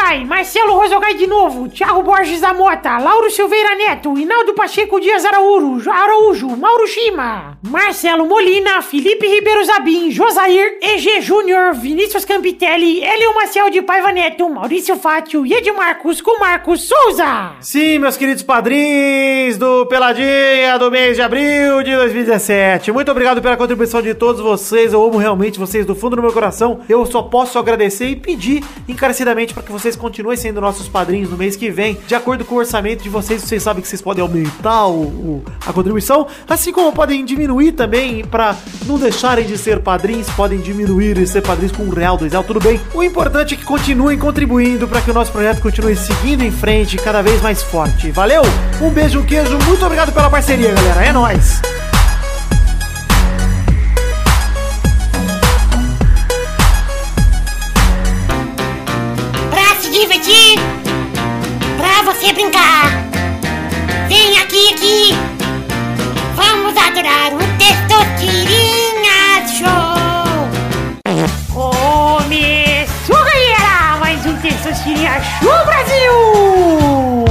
Rosogai de novo, Thiago Borges da Mota, Lauro Silveira Neto, Hinaldo Pacheco Dias Araújo, Mauro Shima, Marcelo Molina, Felipe Ribeiro Zabim, Josair, EG Júnior, Vinícius Campitelli, Hélio Maciel de Paiva Neto, Maurício Fátio e Edmarcos com Marcos Souza. Sim, meus queridos padrinhos do Peladinha do mês de abril de 2017. Muito obrigado pela contribuição de todos vocês. Eu amo realmente vocês do fundo do meu coração. Eu só posso agradecer e pedir encarecidamente para que vocês continuem sendo nossos padrinhos no mês que vem. De acordo com o orçamento de vocês, vocês sabem que vocês podem aumentar a contribuição, assim como podem diminuir também, para não deixarem de ser padrinhos, podem diminuir e ser padrinhos com R$1, R$2, tudo bem. O importante é que continuem contribuindo para que o nosso projeto continue seguindo em frente, cada vez mais forte. Valeu? Um beijo, um queijo, muito obrigado pela parceria, galera. É nóis! Pra se divertir, pra você brincar, vem aqui, vamos adorar o Testosterinha Show! Começou, galera, mais um Testosterinha Show Brasil!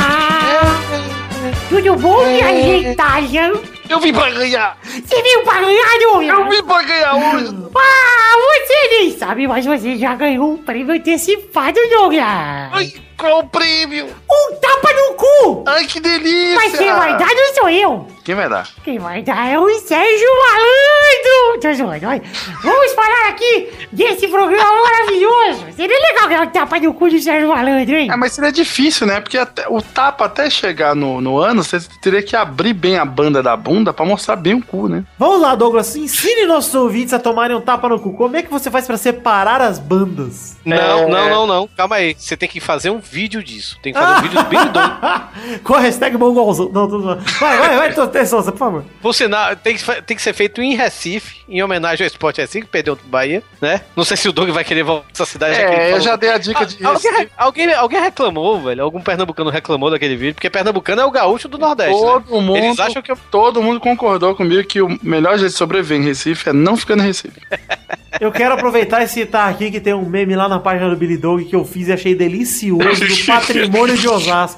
Tudo bom, minha gentalha? Eu vim pra ganhar! Você veio pra ganhar, Douglas? Eu vim pra ganhar hoje! Você nem sabe, mas você já ganhou um prêmio antecipado, Douglas! Ai, qual o prêmio? Um tapa no cu! Ai, que delícia! Mas quem vai dar não sou eu! Quem vai dar? Quem vai dar é o Sérgio Malandro! Tô zoando, olha. Vamos falar aqui desse programa maravilhoso! Seria legal ganhar um tapa no cu do Sérgio Malandro, hein? Mas seria difícil, né? Porque o tapa até chegar no ano, você teria que abrir bem a banda da bunda pra mostrar bem o cu, né? Vamos lá, Douglas, ensine nossos ouvintes a tomarem um tapa no cu. Como é que você faz pra separar as bandas? Não. Calma aí. Você tem que fazer um vídeo disso. Tem que fazer um vídeo do Big Dom. Com a hashtag mongolzão. Não, tudo bem. Vai, Souza, por favor. Por sinal, tem que ser feito em Recife, em homenagem ao Sport Recife, que perdeu pro Bahia, né? Não sei se o Doug vai querer voltar pra essa cidade. Eu já dei a dica de Recife. Alguém reclamou, velho. Algum pernambucano reclamou daquele vídeo, porque pernambucano é o gaúcho do Nordeste, Eles acham que todo mundo concordou comigo que o melhor jeito de sobreviver em Recife é não ficar em Recife. Eu quero aproveitar e citar aqui que tem um meme lá na página do Billy Dog que eu fiz e achei delicioso, do Patrimônio de Osasco.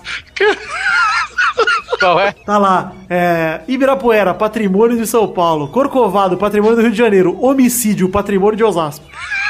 Qual é? Tá lá, Ibirapuera, Patrimônio de São Paulo. Corcovado, Patrimônio do Rio de Janeiro. Homicídio, Patrimônio de Osasco.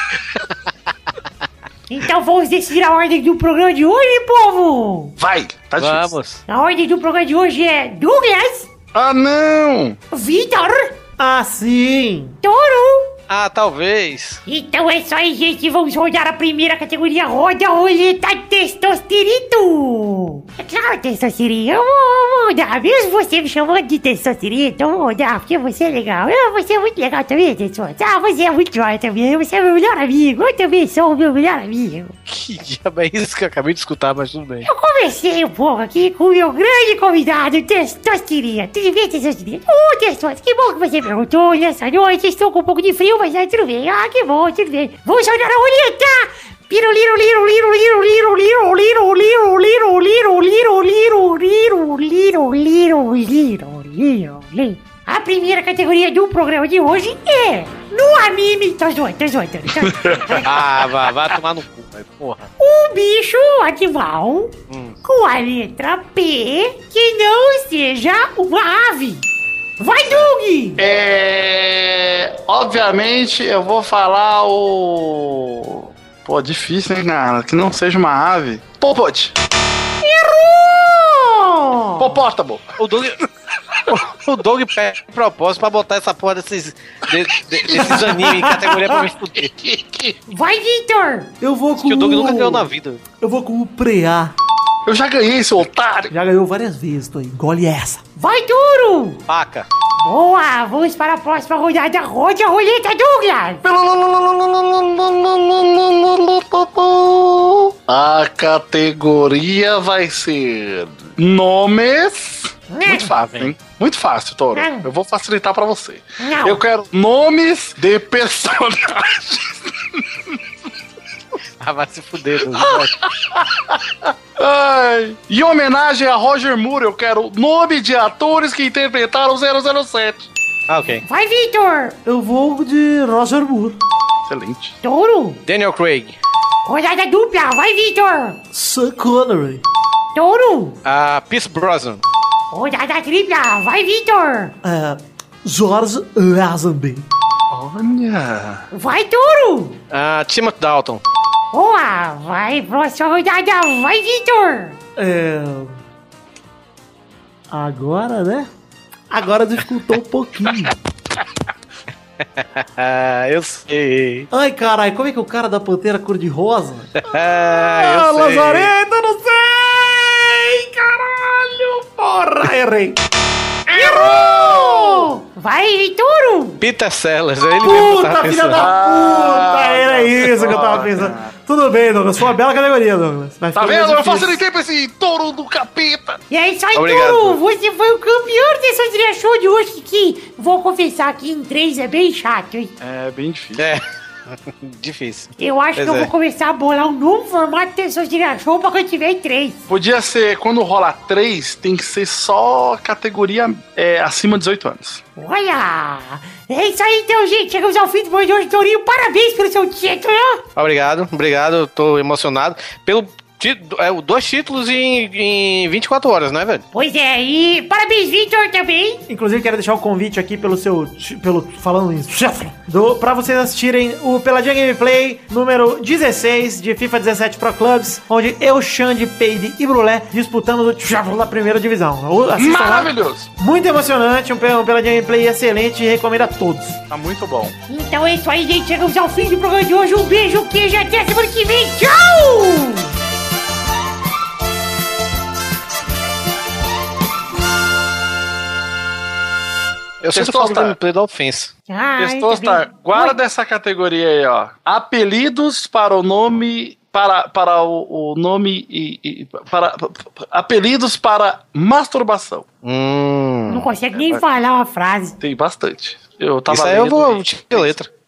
Então vamos decidir a ordem do programa de hoje, povo! Vai, tá difícil. Vamos. A ordem do programa de hoje é Douglas, Ah, não! Vitor, Ah, sim! Toro. Ah, talvez. Então é só aí, gente. Vamos rodar a primeira categoria. Roda a roleta Testosterito. É claro, Testosterito. Eu vou rodar. Mesmo você me chamando de Testosterito, eu vou rodar, porque você é legal. Você é muito legal também, Testosterito. Ah, você é muito jóia também. Você é meu melhor amigo. Eu também sou o meu melhor amigo. Que diabo é isso que eu acabei de escutar, mas tudo bem. Eu conversei um pouco aqui com o meu grande convidado, Testosterito. Tudo bem, Testosterito? Testosterito, que bom que você perguntou nessa noite. Estou com um pouco de frio, mas tudo bem. Ah, que bom, tudo bem. Vamos rodar a roleta. Piro, liro, liro, liro, liro, liro, liro, liro, liro, liro, liro, liro, liro, liro, liro, liro, liro, liro, liro. A primeira categoria do programa de hoje é no anime. Tô zoando. Ah, vai tomar no cu, velho. Porra. Um bicho animal com a letra P que não seja uma ave. Vai, Doug! Obviamente eu vou falar o... Pô, difícil, hein, cara? Que não seja uma ave. Popote! Errou! Popótamo! O Doug pede de propósito pra botar essa porra desses animes em categoria pra me fuder. Vai, Victor! Eu vou com que o Doug nunca ganhou na vida. Eu vou com o Preá. Eu já ganhei, seu otário! Já ganhou várias vezes, tô aí. Engole essa. Vai, Duro! Paca. Boa! Vamos para a próxima rodada. Rode a roleta, Douglas! A categoria vai ser nomes. Muito fácil, hein? Muito fácil, Toro. Eu vou facilitar pra você. Não. Eu quero nomes de personagens. Ah, vai se fuder, Doug. Ai. Em homenagem a Roger Moore, eu quero nome de atores que interpretaram 007. Ah, ok. Vai, Victor! Eu vou de Roger Moore. Excelente. Touro! Daniel Craig. Rodada dupla, vai, Victor! Sean Connery. Touro! Pierce Brosnan. Rodada tripla, vai, Victor! George Lazenby. Olha. Vai, Touro! Timothy Dalton. Boa! Vai, próxima rodada! Vai, Vitor! Agora, né? Agora dificultou um pouquinho. Eu sei. Ai, caralho, como é que o cara da Pantera cor-de-rosa? Eu sei. Lazarento, eu não sei! Caralho! Porra, errei! Errou! Vai, Vitor! Peter Sellers, ele mesmo Puta, tava filha da pensando. puta! Era isso que eu tava pensando. Tudo bem, Douglas, foi uma bela categoria, Douglas. Mas Tá ficou vendo? meio Eu difícil. facilitei pra esse touro do capeta. E é isso aí, Obrigado. Touro! Você foi o campeão dessa trilha show de hoje, que vou confessar que em 3 é bem chato, hein? É bem difícil. É. Difícil. Eu acho Pois que eu é. vou começar a bolar um novo formato dessa trilha show pra quando tiver em 3. Podia ser, quando rolar 3, tem que ser só categoria acima de 18 anos. Olha! É isso aí então, gente. Chegamos ao fim do programa de hoje, Tourinho. Parabéns pelo seu título! Obrigado, eu tô emocionado. Pelo 2 títulos em 24 horas, né, velho? Pois é, e parabéns, Victor, também. Inclusive, quero deixar o convite aqui falando em pra vocês assistirem o Peladinha Gameplay número 16 de FIFA 17 Pro Clubs, onde eu, Xande, Peide e Brulé disputamos o da primeira divisão. Assistam lá. Maravilhoso. Muito emocionante, um Peladinha Gameplay excelente e recomendo a todos. Tá muito bom. Então é isso aí, gente. Chegamos ao fim do programa de hoje. Um beijo, queijo, até a semana que vem. Tchau! Eu sempre Testou, falo do tá? gameplay da ofensa. Testostar, guarda essa categoria aí, ó. Apelidos para o nome... Para o nome para apelidos para masturbação. Não consegue nem falar uma frase. Tem bastante. Eu tava Isso aí eu lendo vou e- tirar letra.